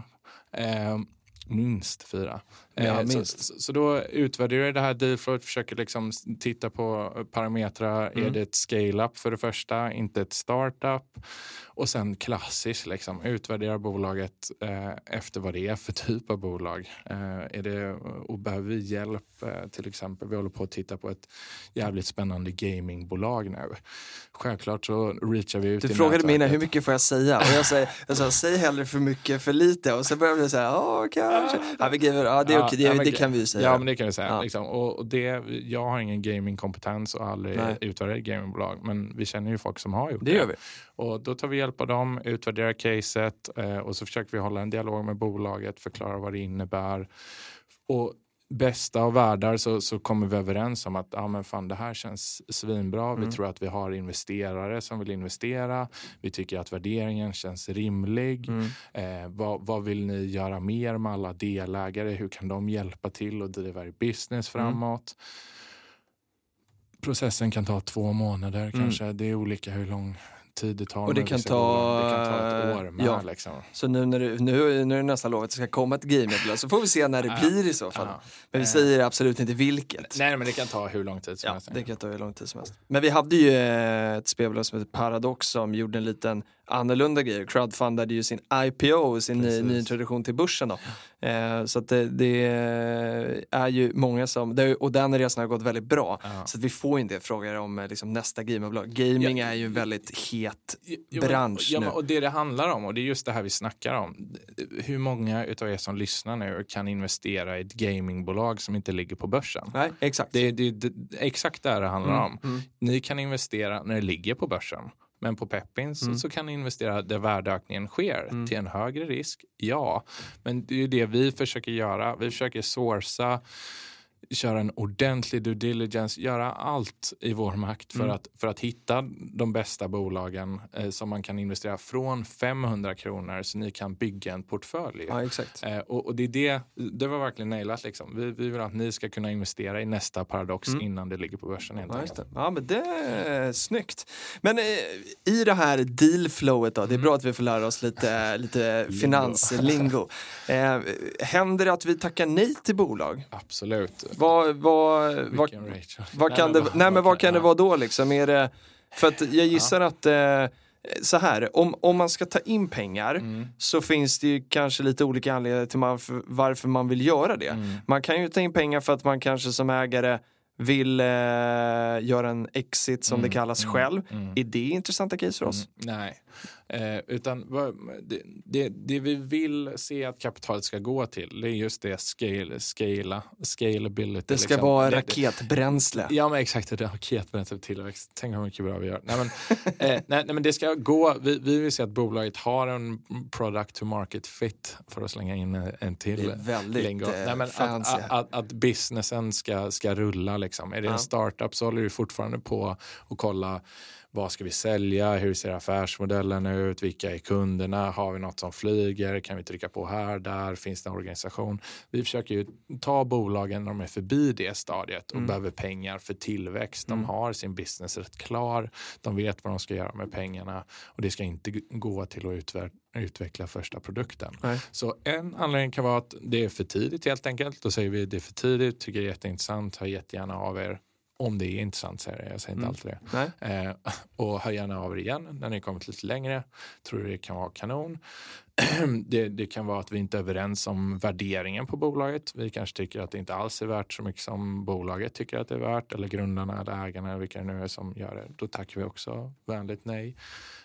minst 4. Så då utvärderar jag det här dealflowet, försöker liksom titta på parametrar. Är det ett scale-up för det första, inte ett startup? Och sen klassiskt liksom, utvärdera bolaget efter vad det är för typ av bolag. Och behöver vi hjälp till exempel? Vi håller på att titta på ett jävligt spännande gamingbolag nu. Självklart så reachar vi ut. Du frågade mig hur mycket får jag säga? Och jag sa, säg hellre för mycket för lite. Och så började jag säga, kanske. Det kan vi ju säga. Ja, men det kan vi säga. Ja. Liksom. Och jag har ingen gamingkompetens och aldrig utvärderat gamingbolag. Men vi känner ju folk som har gjort det. Det gör vi. Och då tar vi hjälp av dem, utvärderar caset och så försöker vi hålla en dialog med bolaget, förklara vad det innebär. Och bästa av världar så kommer vi överens om att det här känns svinbra. Vi tror att vi har investerare som vill investera. Vi tycker att värderingen känns rimlig. Vad vill ni göra mer med alla delägare? Hur kan de hjälpa till och driva er business framåt? Processen kan ta 2 månader kanske. Det är olika hur lång tid det tar. Och det kan ta ett år med, liksom. Så nu är det nästan lovat att det ska komma ett gamebolag, så får vi se när det blir i så fall. Men vi säger absolut inte vilket. Nej, men det kan ta hur lång tid som helst. Det kan ta hur lång tid som helst. Men vi hade ju ett spelbolag som heter Paradox som gjorde en liten annorlunda grej. Crowdfundade ju sin IPO, sin nyintroduktion till börsen då. Så att det är ju många som, och den resan har gått väldigt bra. Så att vi får ju inte frågor om liksom nästa gamebolag. Gaming är ju en väldigt het bransch nu. Och det handlar om, och det är just det här vi snackar om. Hur många utav er som lyssnar nu kan investera i ett gamingbolag som inte ligger på börsen? Nej, exakt. Det är exakt det handlar om. Ni kan investera när det ligger på börsen. Men på Pepins så kan ni investera där värdeökningen sker till en högre risk. Ja, men det är ju det vi försöker göra. Vi försöker sourca, köra en ordentlig due diligence, göra allt i vår makt för att hitta de bästa bolagen som man kan investera från 500 kronor så ni kan bygga en portfölj. Ja, exakt. Och det var verkligen nailat liksom. Vi vill att ni ska kunna investera i nästa Paradox innan det ligger på börsen. Ja, men det är snyggt. Men i det här dealflowet då, det är bra att vi får lära oss lite finanslingo. Händer det att vi tackar nej till bolag? Absolut. Vad kan det vara då liksom? Är det, för att jag gissar att så här, om man ska ta in pengar så finns det ju kanske lite olika anledningar till varför man vill göra det. Man kan ju ta in pengar för att man kanske som ägare vill göra en exit som det kallas själv. Är det intressanta case för oss? Nej. Utan det vi vill se att kapitalet ska gå till, det är just det scalability. Det ska vara raketbränsle. Ja, men exakt, det är raketbränsle för tillväxt. Tänk hur mycket bra vi gör. Nej, men det ska gå. Vi vill se att bolaget har en product to market fit, för att slänga in en till. Det är väldigt fancy. Att businessen ska rulla liksom. Är det en startup så håller du fortfarande på att kolla vad ska vi sälja, hur ser affärsmodellen ut, vilka är kunderna, har vi något som flyger, kan vi trycka på här, där finns det en organisation. Vi försöker ju ta bolagen när de är förbi det stadiet och behöver pengar för tillväxt. De har sin business rätt klar, de vet vad de ska göra med pengarna och det ska inte gå till att utveckla första produkten. Nej. Så en anledning kan vara att det är för tidigt helt enkelt. Då säger vi det är för tidigt, tycker det är jätteintressant, hör jättegärna av er. Om det är intressant, säger jag säger inte alltid det. Och hör gärna av er igen när ni kommit lite längre. Tror det kan vara kanon. Det kan vara att vi inte är överens om värderingen på bolaget. Vi kanske tycker att det inte alls är värt så mycket som bolaget tycker att det är värt. Eller grundarna eller ägarna, vilka det nu är som gör det. Då tackar vi också vänligt nej.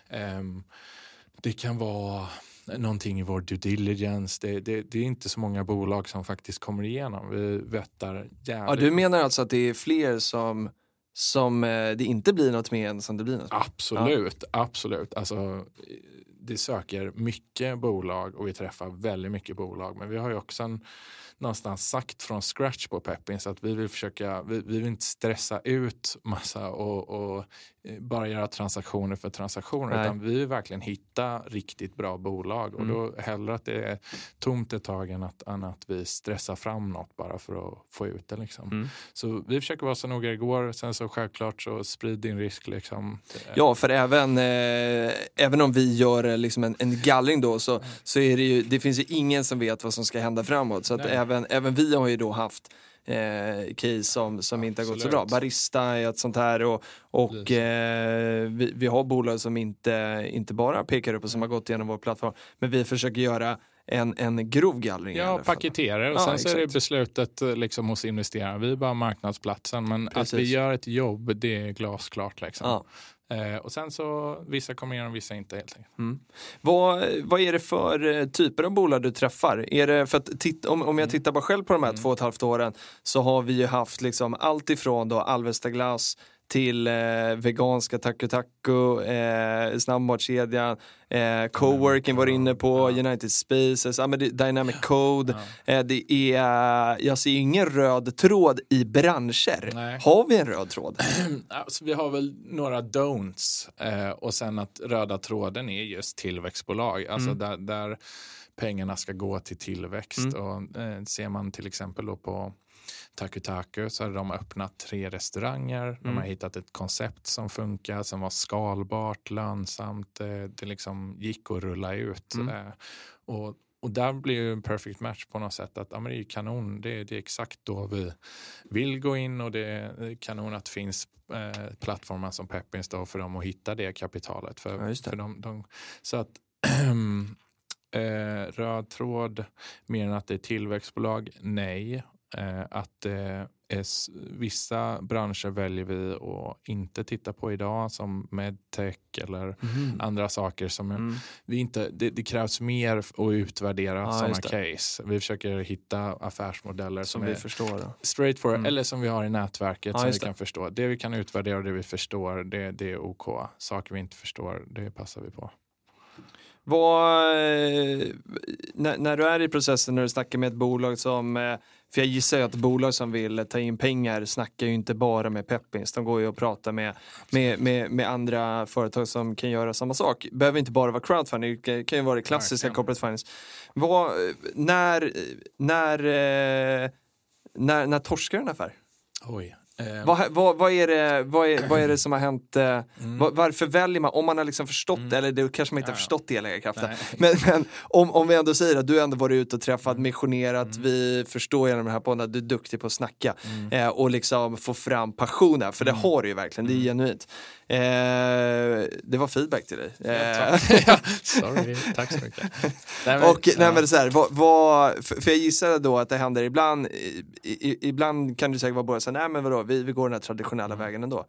Det kan vara någonting i vår due diligence. Det är inte så många bolag som faktiskt kommer igenom. Vi vettar jävligt. Ja, du menar alltså att det är fler som det inte blir något med än som det blir något med? Absolut. Alltså, det söker mycket bolag och vi träffar väldigt mycket bolag. Men vi har ju också någonstans sagt från scratch på Pepins att vi vill inte stressa ut massa och bara göra transaktioner för transaktioner. Utan vi vill verkligen hitta riktigt bra bolag. Och då hellre att det är tomt ett tag än att vi stressar fram något bara för att få ut det liksom. Så vi försöker vara så noga igår. Sen så självklart så sprid din risk liksom. Ja, för även om vi gör liksom en gallring då så är det ju, det finns ju ingen som vet vad som ska hända framåt. Så att även vi har ju då haft case som inte har gått så bra. Barista är ett sånt här och vi har bolag som inte bara pekar upp och som har gått igenom vår plattform, men vi försöker göra en grov gallring. Ja, paketera och sen så är det beslutet liksom hos investerare. Vi är bara marknadsplatsen, men precis. Att vi gör ett jobb, det är glasklart liksom. Och sen så vissa kommer igenom, vissa inte helt enkelt. Vad är det för typer av bolag du träffar? Är det för att om jag tittar bara själv på de här 2,5 åren så har vi ju haft liksom allt ifrån då Alvesta Glass till veganska Taco, snabbmatskedjan, coworking var inne på, United Spaces, Dynamic Code. Jag ser ingen röd tråd i branscher. Nej. Har vi en röd tråd? Alltså, vi har väl några don'ts och sen att röda tråden är just tillväxtbolag. Alltså där pengarna ska gå till tillväxt. Och ser man till exempel då på Taku så har de öppnat 3 restauranger. De har hittat ett koncept som funkar, som var skalbart, lönsamt. Det liksom gick att rulla ut. Och där blir ju en perfect match på något sätt. Att det är kanon, det är exakt då vi vill gå in. Och det är kanon att det finns plattformar som Pepins då för dem att hitta det kapitalet. För dem. Så att röd tråd, mer än att det är tillväxtbolag, nej. Att vissa branscher väljer vi att inte titta på idag, som medtech eller andra saker som vi inte, det krävs mer att utvärdera sådana case. Vi försöker hitta affärsmodeller som vi förstår då. Straightforward, eller som vi har i nätverket som vi kan förstå. Det vi kan utvärdera och det vi förstår, det är OK. Saker vi inte förstår, det passar vi på. När du är i processen, när du snackar med ett bolag som, för jag gissar ju att bolag som vill ta in pengar snackar ju inte bara med Pepins, de går ju och pratar med andra företag som kan göra samma sak. Behöver inte bara vara crowdfunding, det kan ju vara det klassiska corporate finance. När torskar en affär? Oj. Vad är det som har hänt? Varför väljer man, om man har liksom förstått eller det kanske man inte har förstått delägarkraften, men om vi ändå säger att du ändå varit ute och träffat, missionerat, vi förstår genom den här podden att du är duktig på att snacka och liksom få fram passionen, för det har du ju verkligen, det är genuint. Det var feedback till dig. Sorry, tack så mycket. Men så här, för jag gissar då att det händer ibland kan du säkert vara bara så här, nej men vadå, vi går den här traditionella vägen ändå.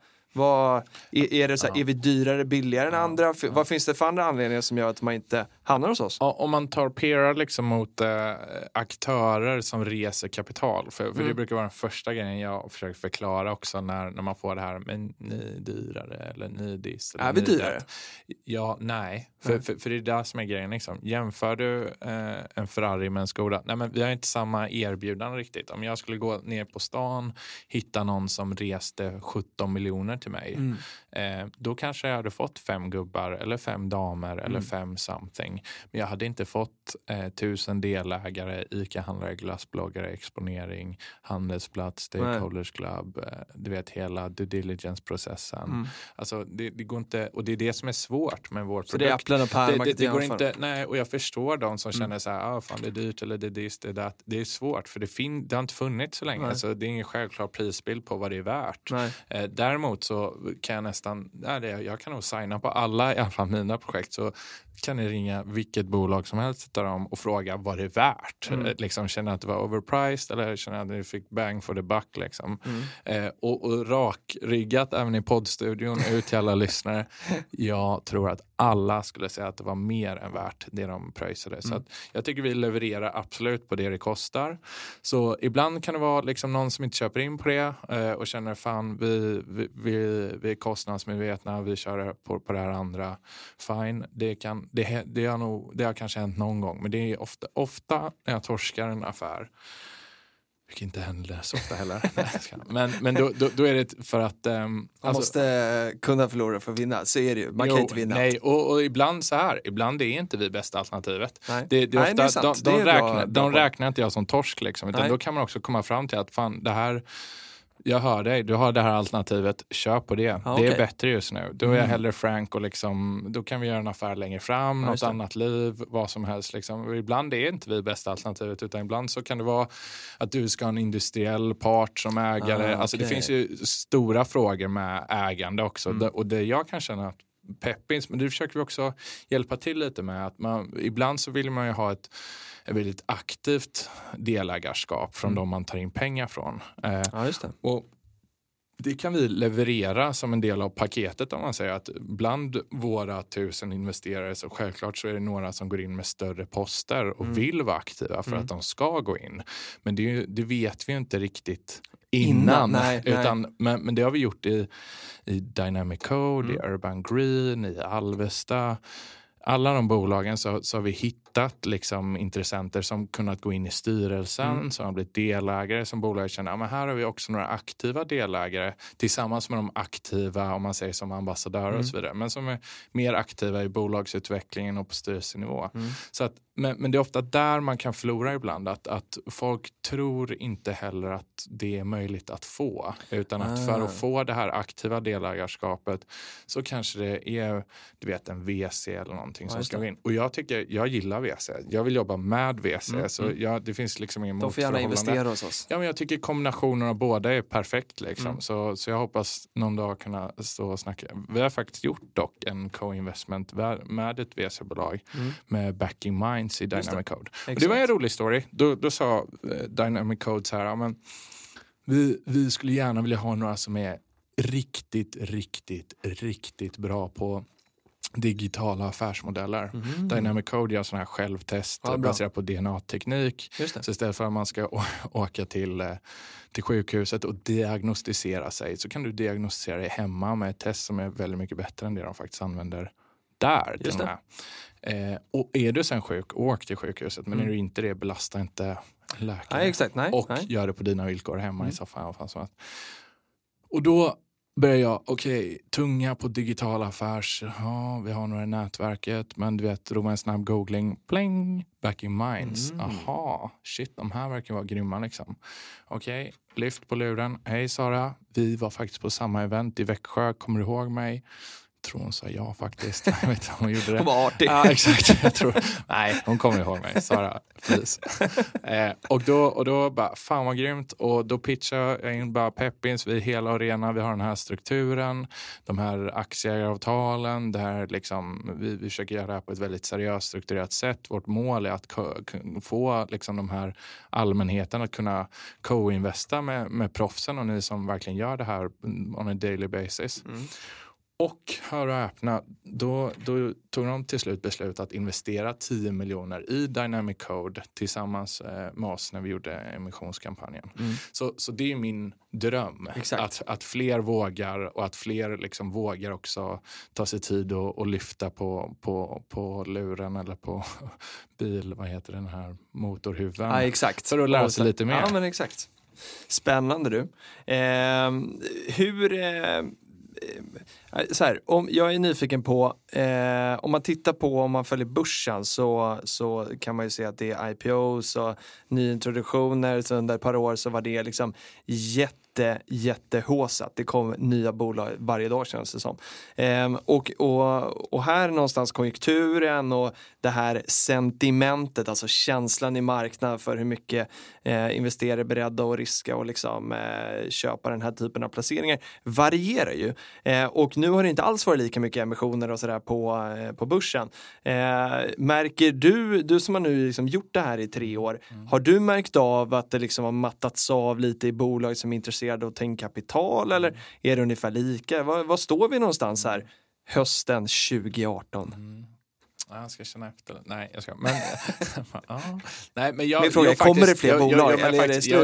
Är det så här, är vi dyrare, billigare än andra? Vad finns det för andra anledningar som gör att man inte hamnar hos oss? Om man tar perar liksom mot aktörer som reser kapital, för det brukar vara den första grejen jag försöker förklara också när man får det här, men ni är dyrare eller ni dis. Är vi dyrare? Ja, nej. För det är det som är grejen liksom. Jämför du en Ferrari med en Skoda? Nej, men vi har inte samma erbjudande riktigt. Om jag skulle gå ner på stan, hitta någon som reste 17 miljoner till mig, då kanske jag hade fått 5 gubbar eller 5 damer eller 5 something. Men jag hade inte fått 1000 delägare, ICA-handlare, glassbloggare, exponering, handelsplats, stakeholders club, du vet hela due diligence-processen. Alltså det går inte, och det är det som är svårt med vår produkt. Det går inte, nej, och jag förstår de som känner så här, fan det är dyrt eller det är this, det är det. Det är svårt, för det har inte funnits så länge. Alltså, det är ingen självklar prisbild på vad det är värt. Däremot så kan jag nästan, jag kan nog signa på alla, i alla fall mina projekt, så kan ni ringa vilket bolag som helst till dem och fråga vad det är värt. Liksom, känner att det var overpriced eller känner att ni fick bang for the buck liksom. Och rakryggat även i poddstudion ut till alla lyssnare. Jag tror att alla skulle säga att det var mer än värt det de pröjsade. Så att jag tycker vi levererar absolut på det kostar. Så ibland kan det vara liksom någon som inte köper in på det och känner fan vi är kostnadsmedvetna, vi kör på det här andra. Fine, det kan Det har kanske hänt någon gång, men det är ofta när jag torskar en affär, vilket inte händer så ofta heller. men då är det för att... man måste kunna förlora för att vinna, så är det ju. Man kan inte vinna. Nej, och ibland så här. Ibland är inte vi bästa alternativet. Nej. Det är ofta, de räknar inte jag som torsk. Liksom, utan Nej. då kan man också komma fram till att fan, det här... Jag hör dig, du har det här alternativet, kör på det. Ja, det är okej. bättre just nu. Då är jag hellre frank och liksom, då kan vi göra en affär längre fram, något annat liv, vad som helst. Liksom. Och ibland är inte vi bästa alternativet, utan ibland så kan det vara att du ska ha en industriell part som ägare. Alltså det finns ju stora frågor med ägande också. Och det jag kan känna att Peppins, men det försöker vi också hjälpa till lite med. Att ibland så vill man ju ha ett väldigt aktivt delägarskap från de man tar in pengar från. Ja, just det. Och det kan vi leverera som en del av paketet, om man säger att bland våra 1000 investerare så självklart så är det några som går in med större poster och vill vara aktiva för att de ska gå in. Men det vet vi inte riktigt innan. Nej. Men det har vi gjort i Dynamic Code, i Urban Green, i Alvesta. Alla de bolagen så har vi hittat liksom intressenter som kunnat gå in i styrelsen, som har blivit delägare, som bolaget känner, men här har vi också några aktiva delägare tillsammans med de aktiva, om man säger som ambassadörer och så vidare, men som är mer aktiva i bolagsutvecklingen och på styrelsenivå. Så att, men det är ofta där man kan förlora ibland, att folk tror inte heller att det är möjligt att få, utan att för att få det här aktiva delägarskapet så kanske det är, du vet, en VC eller någonting som ska gå in. Och jag gillar VC. Jag vill jobba med VC. Så det finns liksom ingen motförhållande. De får gärna investera hos oss. Ja, men jag tycker kombinationen av båda är perfekt. Liksom. Så jag hoppas någon dag kunna stå och snacka. Vi har faktiskt gjort dock en co-investment med ett VC-bolag med Backing Minds i Dynamic Code. Och det var en rolig story. Då sa Dynamic Code så här, ja, men vi skulle gärna vilja ha några som är riktigt bra på digitala affärsmodeller. Dynamic Code gör sån här självtest baserat på DNA-teknik. Så istället för att man ska åka till sjukhuset och diagnostisera sig, så kan du diagnostisera dig hemma med ett test som är väldigt mycket bättre än det de faktiskt använder där. Till och med. Och är du sen sjuk, åk till sjukhuset. Men är du inte det, belasta inte läkaren. Gör det på dina villkor hemma i soffan. Och då börjar jag, tunga på digitala affärs. Ja, vi har några i nätverket. Men du vet, roma en snabb googling. Pling, Backing Minds. Aha, shit, de här verkar vara grymma liksom. Lyft på luren. Hej Sara, vi var faktiskt på samma event i Växjö. Kommer du ihåg mig? Tror hon sa ja faktiskt. Jag vet inte, hon gjorde det. Hon var artig. Ja, exakt. Jag tror. Nej, hon kommer ihåg mig. Sara, please. Och då bara, fan vad grymt. Och då pitchar jag in bara Peppins, vi är hela arena, vi har den här strukturen, de här aktieägaravtalen, det här liksom, vi försöker göra det här på ett väldigt seriöst strukturerat sätt. Vårt mål är att få liksom de här allmänheten att kunna co-investa med proffsen och ni som verkligen gör det här on a daily basis. Och hör och öppna, då tog de till slut beslut att investera 10 miljoner i Dynamic Code tillsammans med oss när vi gjorde emissionskampanjen. Så det är min dröm. Att fler vågar och att fler liksom vågar också ta sig tid och lyfta på luren eller på bil, vad heter den här, motorhuven. Ja, exakt. För att lära sig lite mer. Ja, men exakt. Spännande du. Så här, jag är nyfiken på om man tittar på, om man följer börsen så kan man ju se att det är IPOs och nyintroduktioner, så under ett par år så var det liksom jättehåsat. Det kom nya bolag varje dag, känns det som. Och här någonstans konjunkturen och det här sentimentet, alltså känslan i marknaden för hur mycket investerare är beredda att riska och liksom köpa den här typen av placeringar varierar ju. Och nu har det inte alls varit lika mycket emissioner och sådär på börsen. Märker du som har nu liksom gjort det här i 3 år, har du märkt av att det liksom har mattats av lite i bolag som är intresserade av att ta in kapital, eller är det ungefär lika? Vad står vi någonstans här hösten 2018? Jag ska känna efter. Nej, jag ska. Men, nej, men min fråga är, kommer det fler bolag eller är det slut?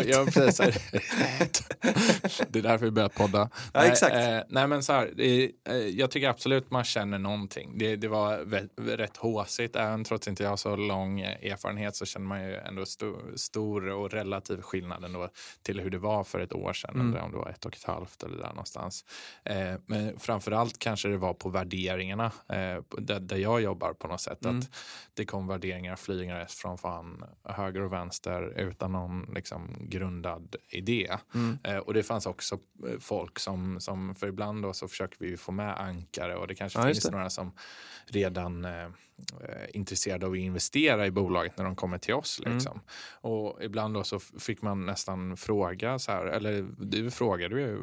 Det är därför vi börjar podda. Ja, nej, exakt. Nej, men så här, jag tycker absolut man känner någonting. Det var rätt håsigt. Även trots inte jag har så lång erfarenhet så känner man ju ändå stor och relativ skillnad ändå till hur det var för ett år sedan. Eller om det var 1,5 eller där någonstans. Men framförallt kanske det var på värderingarna där jag jobbar på något sätt. Att det kom värderingar flygande från fan höger och vänster utan någon liksom grundad idé. Och det fanns också folk som för ibland då så försöker vi få med ankare och det kanske finns några som redan intresserade av att investera i bolaget när de kommer till oss liksom. Och ibland då så fick man nästan fråga så här, eller du frågade ju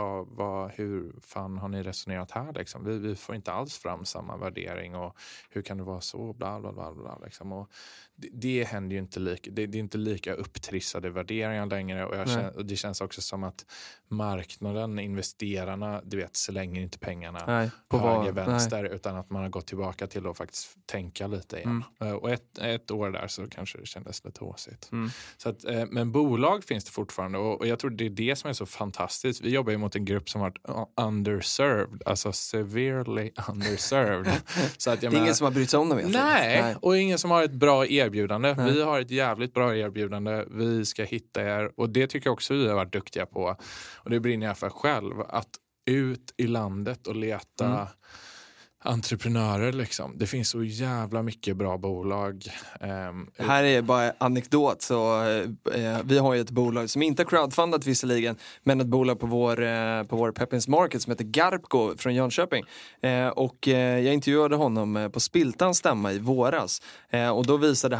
hur fan har ni resonerat här liksom? Vi får inte alls fram samma värdering och hur kan det vara så bla bla bla bla liksom. Och det händer ju inte det är inte lika upptrissade värderingar längre och det känns också som att marknaden, investerarna, du vet, slänger inte pengarna på höger vänster utan att man har gått tillbaka till att faktiskt tänka lite igen. Och ett år där så kanske det kändes lite håsigt. Så att, men bolag finns det fortfarande och jag tror det är det som är så fantastiskt. Vi jobbar ju mot en grupp som har varit underserved, alltså severely underserved. Så att det är ingen som har brytt sig om dem. Nej, och ingen som har ett bra erbjudande. Vi har ett jävligt bra erbjudande. Vi ska hitta er och det tycker jag också vi har varit duktiga på. Och det brinner jag för själv. Att ut i landet och leta entreprenörer liksom. Det finns så jävla mycket bra bolag. Här är bara anekdot. Så, vi har ju ett bolag som inte har crowdfundat visserligen, men ett bolag på vår Peppins Market som heter Garpco från Jönköping. Och jag intervjuade honom på Spiltans stämma i våras. Och då visade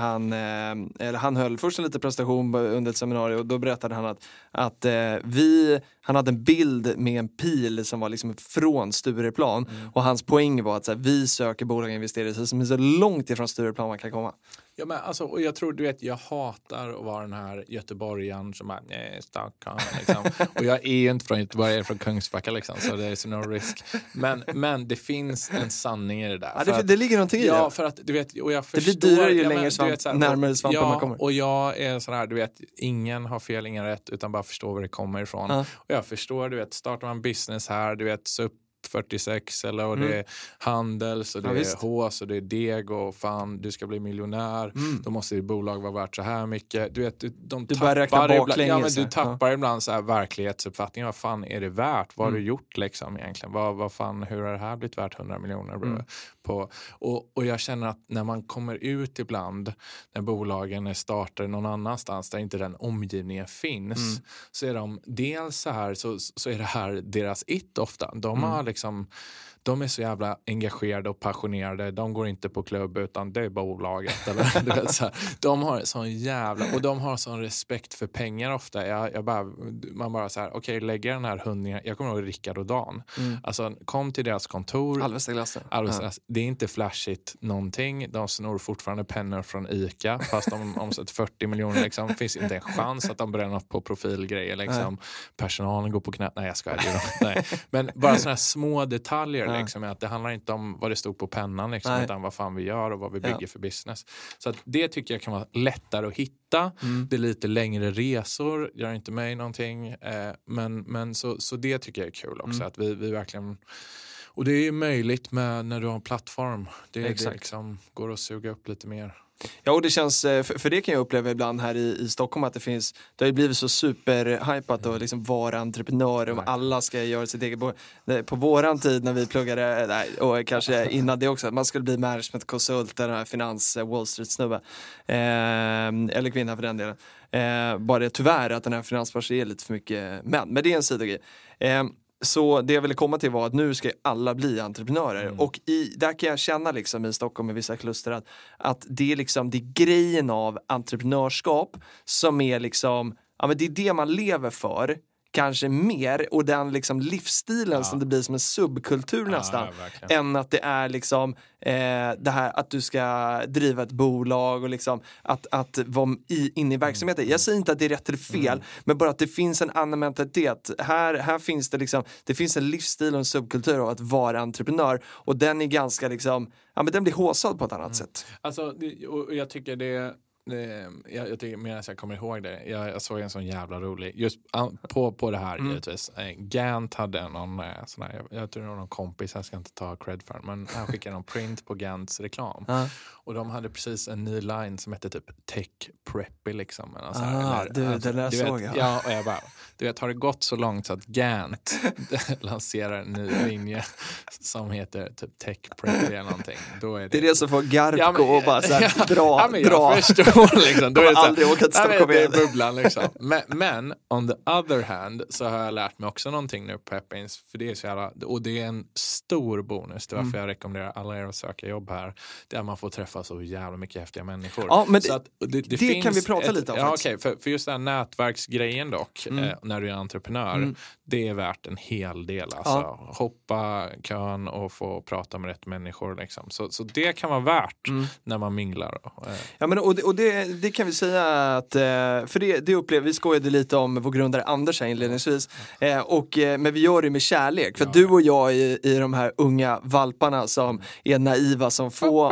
han höll först en liten presentation under ett seminarium och då berättade han att han hade en bild med en pil som var liksom från Stureplan och hans poäng var att så här, vi söker bolag och investerare som är så långt ifrån Stureplan man kan komma. Ja, men alltså, och jag tror, du vet, jag hatar att vara den här göteborgaren som bara, Stockholm, liksom. Och jag är ju inte från Göteborg, jag är från Kungsbacka, liksom, så det är så no risk. Men det finns en sanning i det där. Ja, det ligger någonting i det. Ja, för att, du vet, och jag förstår... Det blir dyrare ju längre närmare svampen man kommer. Och jag är sån här, du vet, ingen har fel, ingen rätt, utan bara förstå var det kommer ifrån. Och jag förstår, du vet, startar man business här, du vet, så 46 eller och det är handels och det är hås och det är deg och fan du ska bli miljonär då måste ditt bolag vara värt så här mycket, du vet, du börjar räkna baklänges, du tappar ibland så här verklighetsuppfattningen, vad fan är det värt, vad har du gjort liksom egentligen, vad fan, hur har det här blivit värt 100 miljoner på, och jag känner att när man kommer ut ibland när bolagen är startade någon annanstans där inte den omgivningen finns så är de dels så här så är det här deras ofta, de har liksom, de är så jävla engagerade och passionerade. De går inte på klubb utan det är bolaget. Eller, du vet, så här. De har sån jävla... Och de har sån respekt för pengar ofta. Man bara så här, okej, lägger den här hundringen... Jag kommer ihåg Rickard och Dan. Alltså, kom till deras kontor. Alvestaglassen. Det är inte flashigt någonting. De snor fortfarande pennor från ICA. Fast de omsätter 40 miljoner. Liksom. Finns inte en chans att de bränner på profilgrejer. Liksom. Personalen går på knät. Nej, jag skojar. Nej. Men bara såna här små detaljer. Liksom, att det handlar inte om vad det stod på pennan liksom, utan vad fan vi gör och vad vi bygger för business. Så att det tycker jag kan vara lättare att hitta. Det är lite längre resor, gör inte mig någonting. Men så det tycker jag är kul också. Att vi verkligen... Och det är ju möjligt med när du har en plattform. Det liksom går att suga upp lite mer. Ja, och det känns, för det kan jag uppleva ibland här i Stockholm att det har ju blivit så superhypat och liksom vara entreprenör och alla ska göra sitt eget. På våran tid när vi pluggade, och kanske innan det också, att man skulle bli managementkonsult eller finans Wall Street-snubbe. Eller kvinna för den delen. Bara det tyvärr att den här finansbranschen är lite för mycket män. Men det är en sidogrej. Så det jag ville komma till var att nu ska alla bli entreprenörer. Och där kan jag känna liksom i Stockholm i vissa kluster att det är liksom det är grejen av entreprenörskap som är liksom, ja men det är det man lever för. kanske mer, och den liksom livsstilen som det blir som en subkultur nästan, än att det är liksom det här att du ska driva ett bolag och liksom att vara inne i verksamheten. Jag säger inte att det är rätt eller fel, men bara att det finns en annan mentalitet. Här finns det liksom, det finns en livsstil och en subkultur av att vara entreprenör, och den är ganska liksom, men den blir håsad på ett annat sätt. Alltså, och jag tycker jag tycker, medan jag kommer ihåg det, jag såg en sån jävla rolig just på det här givetvis. Gant hade någon sån här, jag tror det var någon kompis, jag ska inte ta cred för, men han skickade någon print på Gants reklam. Och de hade precis en ny line som hette typ Tech Preppy liksom. Det där såg jag. Ja, och jag bara, du vet, har det gått så långt så att Gant lanserar en ny linje som heter typ Tech Preppy eller någonting. Då är det som får Garp och bara så här, dra. Jag förstår liksom. Då är det aldrig åka till Stockholm igen. Det är bubblan liksom. Men on the other hand så har jag lärt mig också någonting nu på Peppins, för det är så jävla, och det är en stor bonus. Det är varför jag rekommenderar alla er att söka jobb här. Det är att man får träffa så jävla mycket häftiga människor. Ja, men så att det finns kan vi prata lite om. Ja, okej. För just den här nätverksgrejen dock, när du är entreprenör, det är värt en hel del. Alltså. Hoppa kön och få prata med rätt människor liksom. Så det kan vara värt när man minglar. Ja, men och det kan vi säga att, för det upplever vi, skojade lite om vår grundare Anders här inledningsvis, men vi gör det med kärlek, för du och jag är i de här unga valparna som är naiva som få,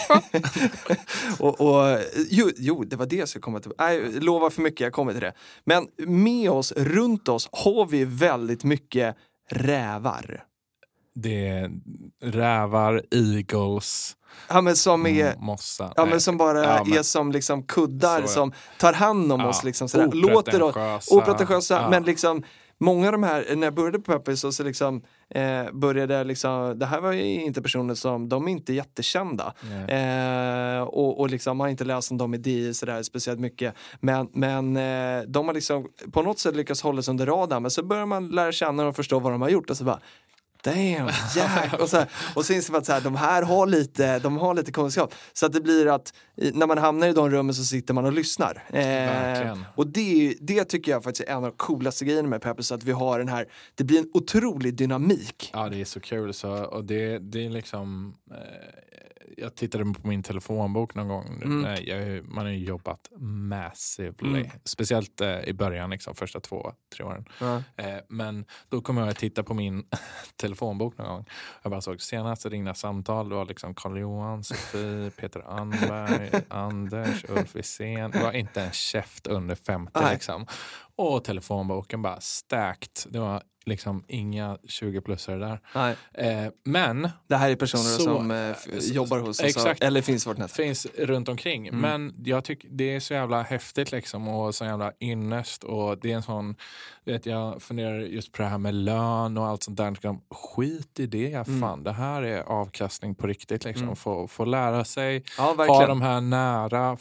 och jo, det var det jag skulle komma till. Nej, lova för mycket, jag kommer till det. Men med oss, runt oss, har vi väldigt mycket rävar. Det är rävar, eagles, men som är mossa. men som bara är som liksom kuddar som tar hand om oss liksom sådär. Låter opretentiösa, men liksom många av de här, när jag började på Peppis så liksom började liksom, det här var ju inte personer som, de är inte jättekända. Och liksom har inte läst om dem i DI sådär speciellt mycket. Men de har liksom på något sätt lyckats hålla sig under radarn, men så börjar man lära känna och förstå vad de har gjort, och så bara damn, och så inser man att så här, de har lite kunskap, så att det blir att när man hamnar i de rummen så sitter man och lyssnar. Och det tycker jag faktiskt är en av de coolaste grejerna med Peppis, att vi har den här, det blir en otrolig dynamik. Ja, det är så kul så, och det är liksom jag tittade på min telefonbok någon gång. Man har ju jobbat massively. Speciellt i början, liksom, första 2-3 åren. Men då kommer jag att titta på min telefonbok någon gång. Jag bara såg senaste ringda samtal. Det var liksom Carl-Johan, Sofie, Peter Anberg, Anders, Ulf Wiesén. Det var inte en käft under 50 liksom. Och telefonboken bara stacked. Det var liksom inga 20-plussare där. Men det här är personer som jobbar hos oss, exakt, eller finns vårt nät. Finns runt omkring. Men jag tycker det är så jävla häftigt liksom, och så jävla innest, och det är en sån, vet, jag funderar just på det här med lön och allt sånt där. Skit i det, fan. Det här är avkastning på riktigt liksom. Få lära sig, ha de här nära,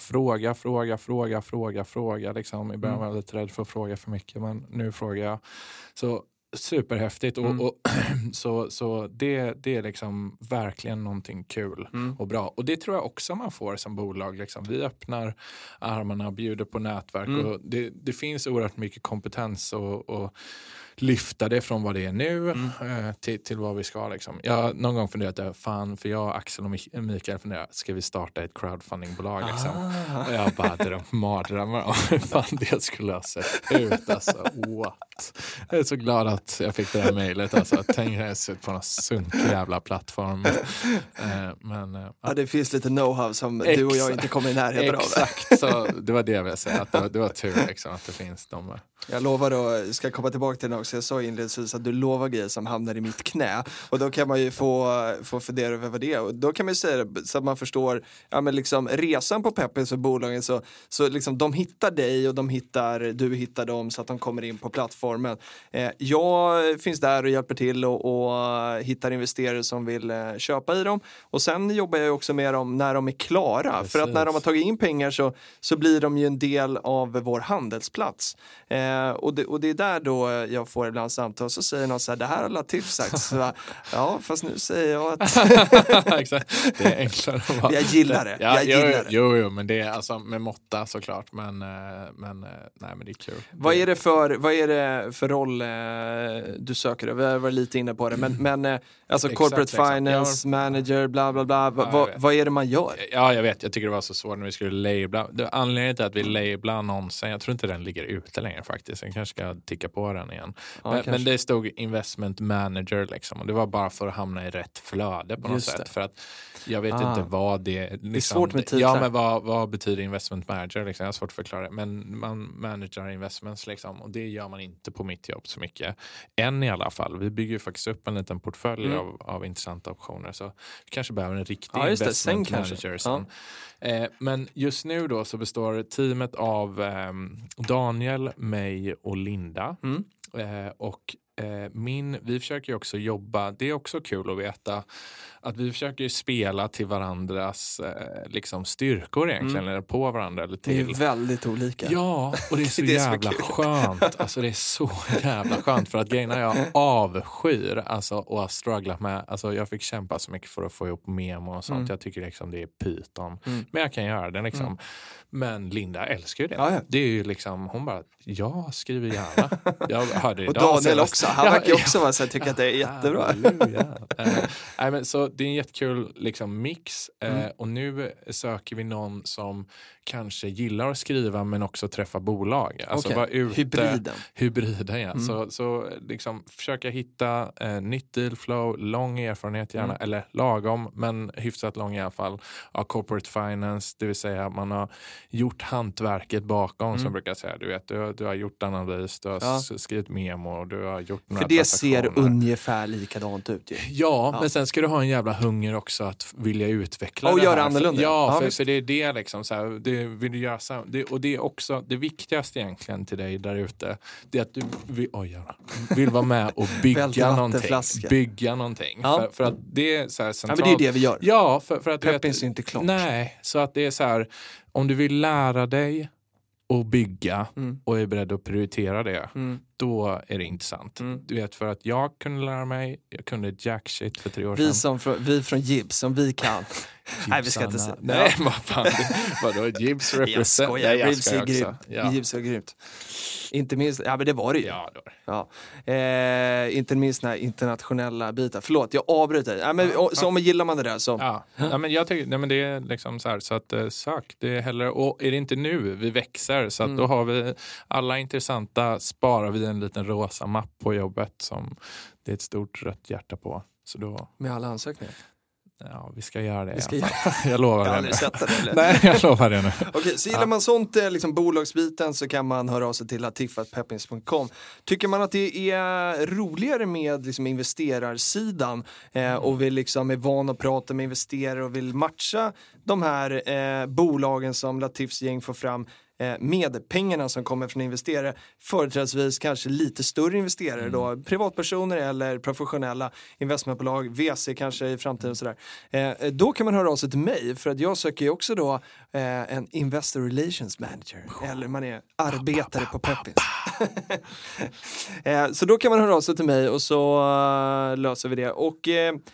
fråga liksom. I början var jag lite rädd för att fråga för mycket, men nu frågar jag. Så superhäftigt och så det är liksom verkligen någonting kul och bra, och det tror jag också man får som bolag liksom. Vi öppnar armarna, bjuder på nätverk och det finns oerhört mycket kompetens och lyfta det från vad det är nu till vad vi ska liksom. Jag någon gång funderat fan, för jag, Axel och Mikael funderat, ska vi starta ett crowdfundingbolag liksom? Och jag bara drömt mardrömmar om hur fan det skulle ha sett ut alltså. What? Jag är så glad att jag fick det här mejlet alltså. Tänk att jag ser ut på en sunkig jävla plattform. Men det finns lite know-how som du och jag inte kommer i närheten av. Exakt, så det var det jag ville säga, att det var tur liksom, att det finns de. Jag lovar då, ska komma tillbaka till det också. Jag sa inledningsvis att du lovar grejer som hamnar i mitt knä. Och då kan man ju få fundera över vad det är. Och då kan man ju säga det så att man förstår, ja men liksom resan på Peppins och bolagen, så liksom de hittar dig och du hittar dem så att de kommer in på plattformen. Jag finns där och hjälper till och hittar investerare som vill köpa i dem. Och sen jobbar jag också med dem när de är klara. Precis. För att när de har tagit in pengar så blir de ju en del av vår handelsplats. Och det är där då jag får ibland samtal, så säger någon så här, det här har Latif sagt. Så, ja, fast nu säger jag att... Exakt, det är enklare. Jag gillar det. Ja, jag gillar det. Jo, men det är alltså med måtta såklart, men det är kul. Vad är det för roll du söker? Vi har varit lite inne på det, men alltså corporate finance, manager, bla bla bla. Vad är det man gör? Ja, jag vet. Jag tycker det var så svårt när vi skulle labla. Anledningen till att vi lablar annonsen, jag tror inte den ligger ute längre faktiskt. Jag kanske ska ticka på den igen. Men det stod investment manager liksom. Och det var bara för att hamna i rätt flöde på något sätt. För att jag vet inte vad det... Liksom, det är svårt med titlar. Ja, men vad betyder investment manager? Liksom? Jag har svårt att förklara det. Men man managerar investments liksom. Och det gör man inte på mitt jobb så mycket. Än i alla fall. Vi bygger ju faktiskt upp en liten portfölj av intressanta optioner. Så vi kanske behöver en riktig investment manager. Men just nu då så består teamet av Daniel, mig och Linda. Och vi försöker ju också jobba, det är också kul att veta att vi försöker ju spela till varandras liksom styrkor egentligen, eller på varandra eller till. Det är väldigt olika. Ja, och det är så jävla skönt. Alltså det är så jävla skönt, för att grejerna jag avskyr alltså, och har strugglat med, alltså jag fick kämpa så mycket för att få ihop memo och sånt. Jag tycker liksom det är pyton. Men jag kan göra det liksom. Men Linda älskar ju det. Ja. Det är ju liksom, hon bara, jag skriver gärna. Jag hörde och Daniel också, han verkar ju också vara så att tycka att det är jättebra. Nej, men så det är en jättekul liksom mix. Och nu söker vi någon som kanske gillar att skriva men också träffa bolag. Alltså vara ute. Hybriden, ja. Så liksom försöka hitta nytt dealflow, lång erfarenhet gärna, eller lagom, men hyfsat lång i alla fall, av corporate finance, det vill säga att man har gjort hantverket bakom, som brukar säga. Du vet, du har gjort analys, du har skrivit memo, du har gjort några för det ser ungefär likadant ut ju. Ja, men sen ska du ha en jävla hunger också att vilja utveckla och det göra annorlunda. För det är det liksom så här, det vill du göra så, och det är också det viktigaste egentligen till dig där ute, det är att du vill vara med och bygga någonting. För att det är så här centralt. Ja, men det är det vi gör. Ja, för att Peppins är inte klart. Nej, så att det är så här, om du vill lära dig och bygga och är beredd att prioritera det, då är det intressant. Du vet, för att jag kunde lära mig, jag kunde jack shit för 3 år sedan. Vi från Gibbs, som vi kan. Nej, vi ska inte säga. Nej, vad fan. Vadå, Gibbs represent? Jag skojar, Gibbs är grymt. Ja. Gibbs är grymt. Inte minst, men det var det ju. Ja, det var det. Inte minst när internationella bitar. Förlåt, jag avbryter dig. Så om gillar man det där så... Ja, men jag tycker, men det är liksom så här, så att sök, det är hellre, och är det inte nu vi växer, så att då har vi alla intressanta, sparar vi en liten rosa mapp på jobbet som det är ett stort rött hjärta på. Så då... Med alla ansökningar? Ja, vi ska göra det. Jag lovar det. Det. Nej, jag lovar det nu. Okej, så gillar man sånt liksom bolagsbiten, så kan man höra av sig till latif@peppins.com. Tycker man att det är roligare med liksom investerarsidan och vill liksom är van att prata med investerare och vill matcha de här bolagen som Latifs gäng får fram med pengarna som kommer från investerare, företrädesvis kanske lite större investerare då, privatpersoner eller professionella investmentbolag, VC kanske i framtiden och sådär. Då kan man höra av sig till mig, för att jag söker ju också då en investor relations manager, eller man är arbetare på Peppins. Så då kan man höra av sig till mig och så löser vi det. Och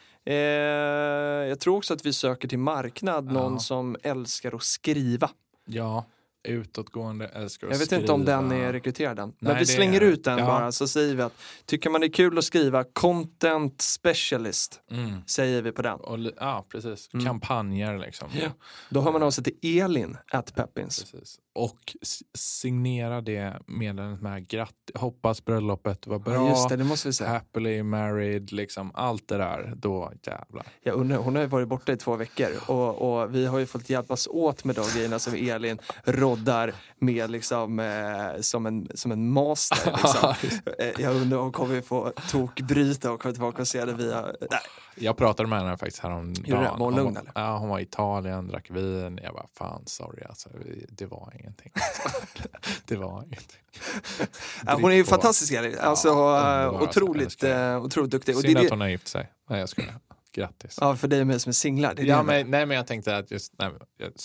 jag tror också att vi söker till marknad någon som älskar att skriva. Ja. Utåtgående älskar att jag vet skriva. inte om den är rekryterad än. Men vi slänger ut den bara, så säger vi att tycker man det är kul att skriva content specialist, säger vi på den. Ja, precis. Kampanjer liksom. Ja. Då har man av sig till Elin@Peppins. Precis. Och signera det meddelandet med hoppas bröllopet var bra. Ja, just det måste vi säga. Happily married, liksom allt det där. Då jävlar. Jag undrar, hon har ju varit borta i 2 veckor och vi har ju fått hjälpas åt med de grejerna som Elin roddar med liksom som en master liksom. Jag undrar om kommer vi få tokbryta och komma tillbaka och se det via... Nej. Jag pratade med henne faktiskt häromdagen. Var lugn, eller? Ja, hon var i Italien, drack vin. Jag bara, fan, sorry alltså. Det var ingenting. Det var ingenting. Hon är ju fantastisk, alltså otroligt duktig. Synd att hon har gift sig. Nej, jag skulle. Grattis. Ja, för dig och mig som är singlar. Men jag tänkte att just...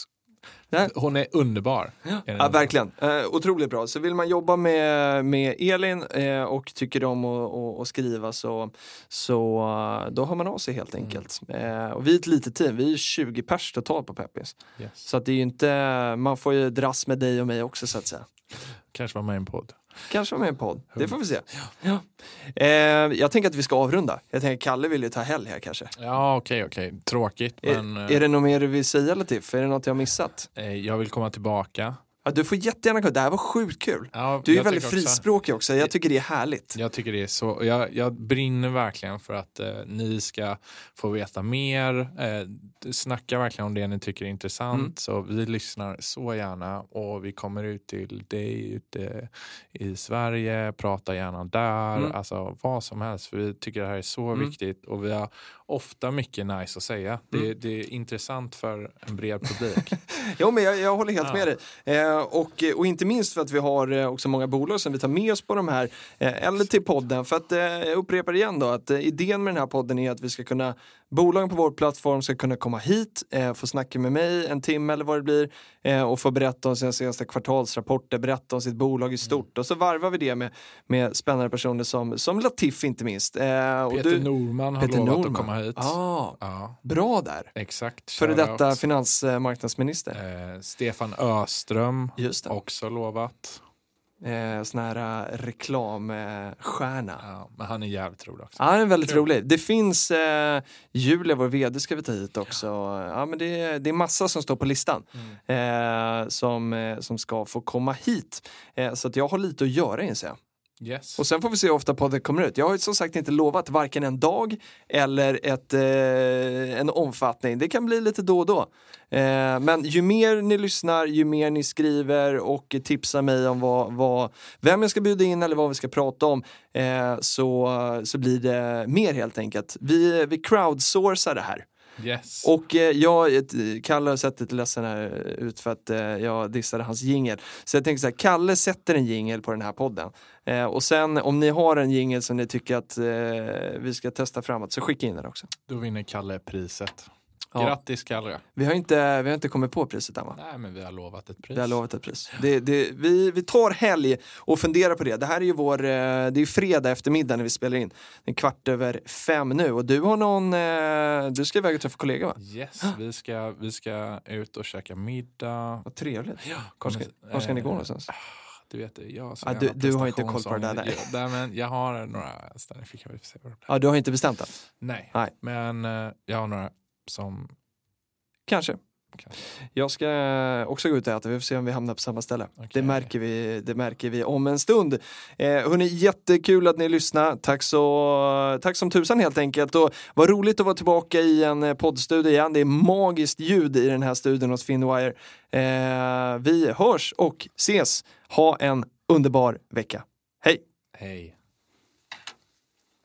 Hon är underbar. Ja, verkligen. Otroligt bra. Så vill man jobba med Elin och tycker om att skriva så då har man av sig helt enkelt. Och vi är ett litet team. Vi är 20 pers totalt på Peppis. Yes. Så att det är ju inte, man får ju dras med dig och mig också så att säga. Kanske var med i en podd. Kanske var med i en podd. Det får vi se. Ja. Jag tänker att vi ska avrunda. Jag tänker Kalle vill ju ta helg här kanske. Ja, okej. Tråkigt. Men... Är det något mer du vill säga Latif? Är det något jag har missat? Jag vill komma tillbaka. Ja, du får jättegärna komma. Det här var sjukt kul. Ja, du är väldigt frispråkig också. Jag tycker det är härligt. Jag tycker det är så. Jag brinner verkligen för att ni ska få veta mer. Snacka verkligen om det ni tycker är intressant. Så vi lyssnar så gärna. Och vi kommer ut till dig ute i Sverige. Prata gärna där. Alltså vad som helst. För vi tycker det här är så viktigt. Och vi har ofta mycket nice att säga. Det är intressant för en bred publik. Jo, men jag håller helt med dig. Och inte minst för att vi har också många bolag som vi tar med oss på de här eller till podden. För att jag upprepar igen då att idén med den här podden är att vi ska kunna, bolagen på vår plattform ska kunna komma hit, få snacka med mig en timme eller vad det blir och få berätta om sina senaste kvartalsrapporter, berätta om sitt bolag i stort och så varvar vi det med spännande personer som Latif inte minst. Peter Norman har lovat att komma hit. Bra där. Exakt. För detta finansmarknadsminister. Stefan Öström just det. Också lovat. Sån här reklamstjärna. Ja, men han är jävligt rolig också. Ja, han är väldigt rolig. Det finns Julia, vår vd, ska vi ta hit också. Ja, men det är massa som står på listan som ska få komma hit. Så att jag har lite att göra, inser jag. Yes. Och sen får vi se hur ofta podden kommer ut. Jag har ju som sagt inte lovat varken en dag eller en omfattning. Det kan bli lite då och då. Men ju mer ni lyssnar, ju mer ni skriver och tipsar mig om vem jag ska bjuda in eller vad vi ska prata om, så blir det mer helt enkelt. Vi crowdsourcar det här. Yes. Och Kalle har sett lite ledsen här ut för att jag dissade hans jingle. Så jag tänker så här, Kalle sätter en jingle på den här podden. Och sen om ni har en jingle som ni tycker att vi ska testa framåt, så skicka in den också. Då vinner Kalle priset. Ja. Grattis Kalle. Vi har inte kommit på priset än, va? Nej, men vi har lovat ett pris. Vi har lovat ett pris. Vi tar helg och funderar på det. Det här är ju det är fredag eftermiddag när vi spelar in. Det är 4:15 nu. Och du har du ska iväg och träffa kollega, va? Yes, vi ska ut och käka middag. Vad trevligt. Ja, var ska ni gå någonstans? Du vet det, du har inte koll på det där. Nej, men jag har några ställen. Ja, du har inte bestämt det? Nej. Men jag har några som... Kanske. Jag ska också gå ut och äta. Vi får se om vi hamnar på samma ställe. Okay. Det märker vi om en stund. Hörrni, jättekul att ni lyssnar. Tack som tusan helt enkelt. Och vad roligt att vara tillbaka i en poddstudio igen. Det är magiskt ljud i den här studion hos Finwire. Vi hörs och ses. Ha en underbar vecka. Hej! Hej!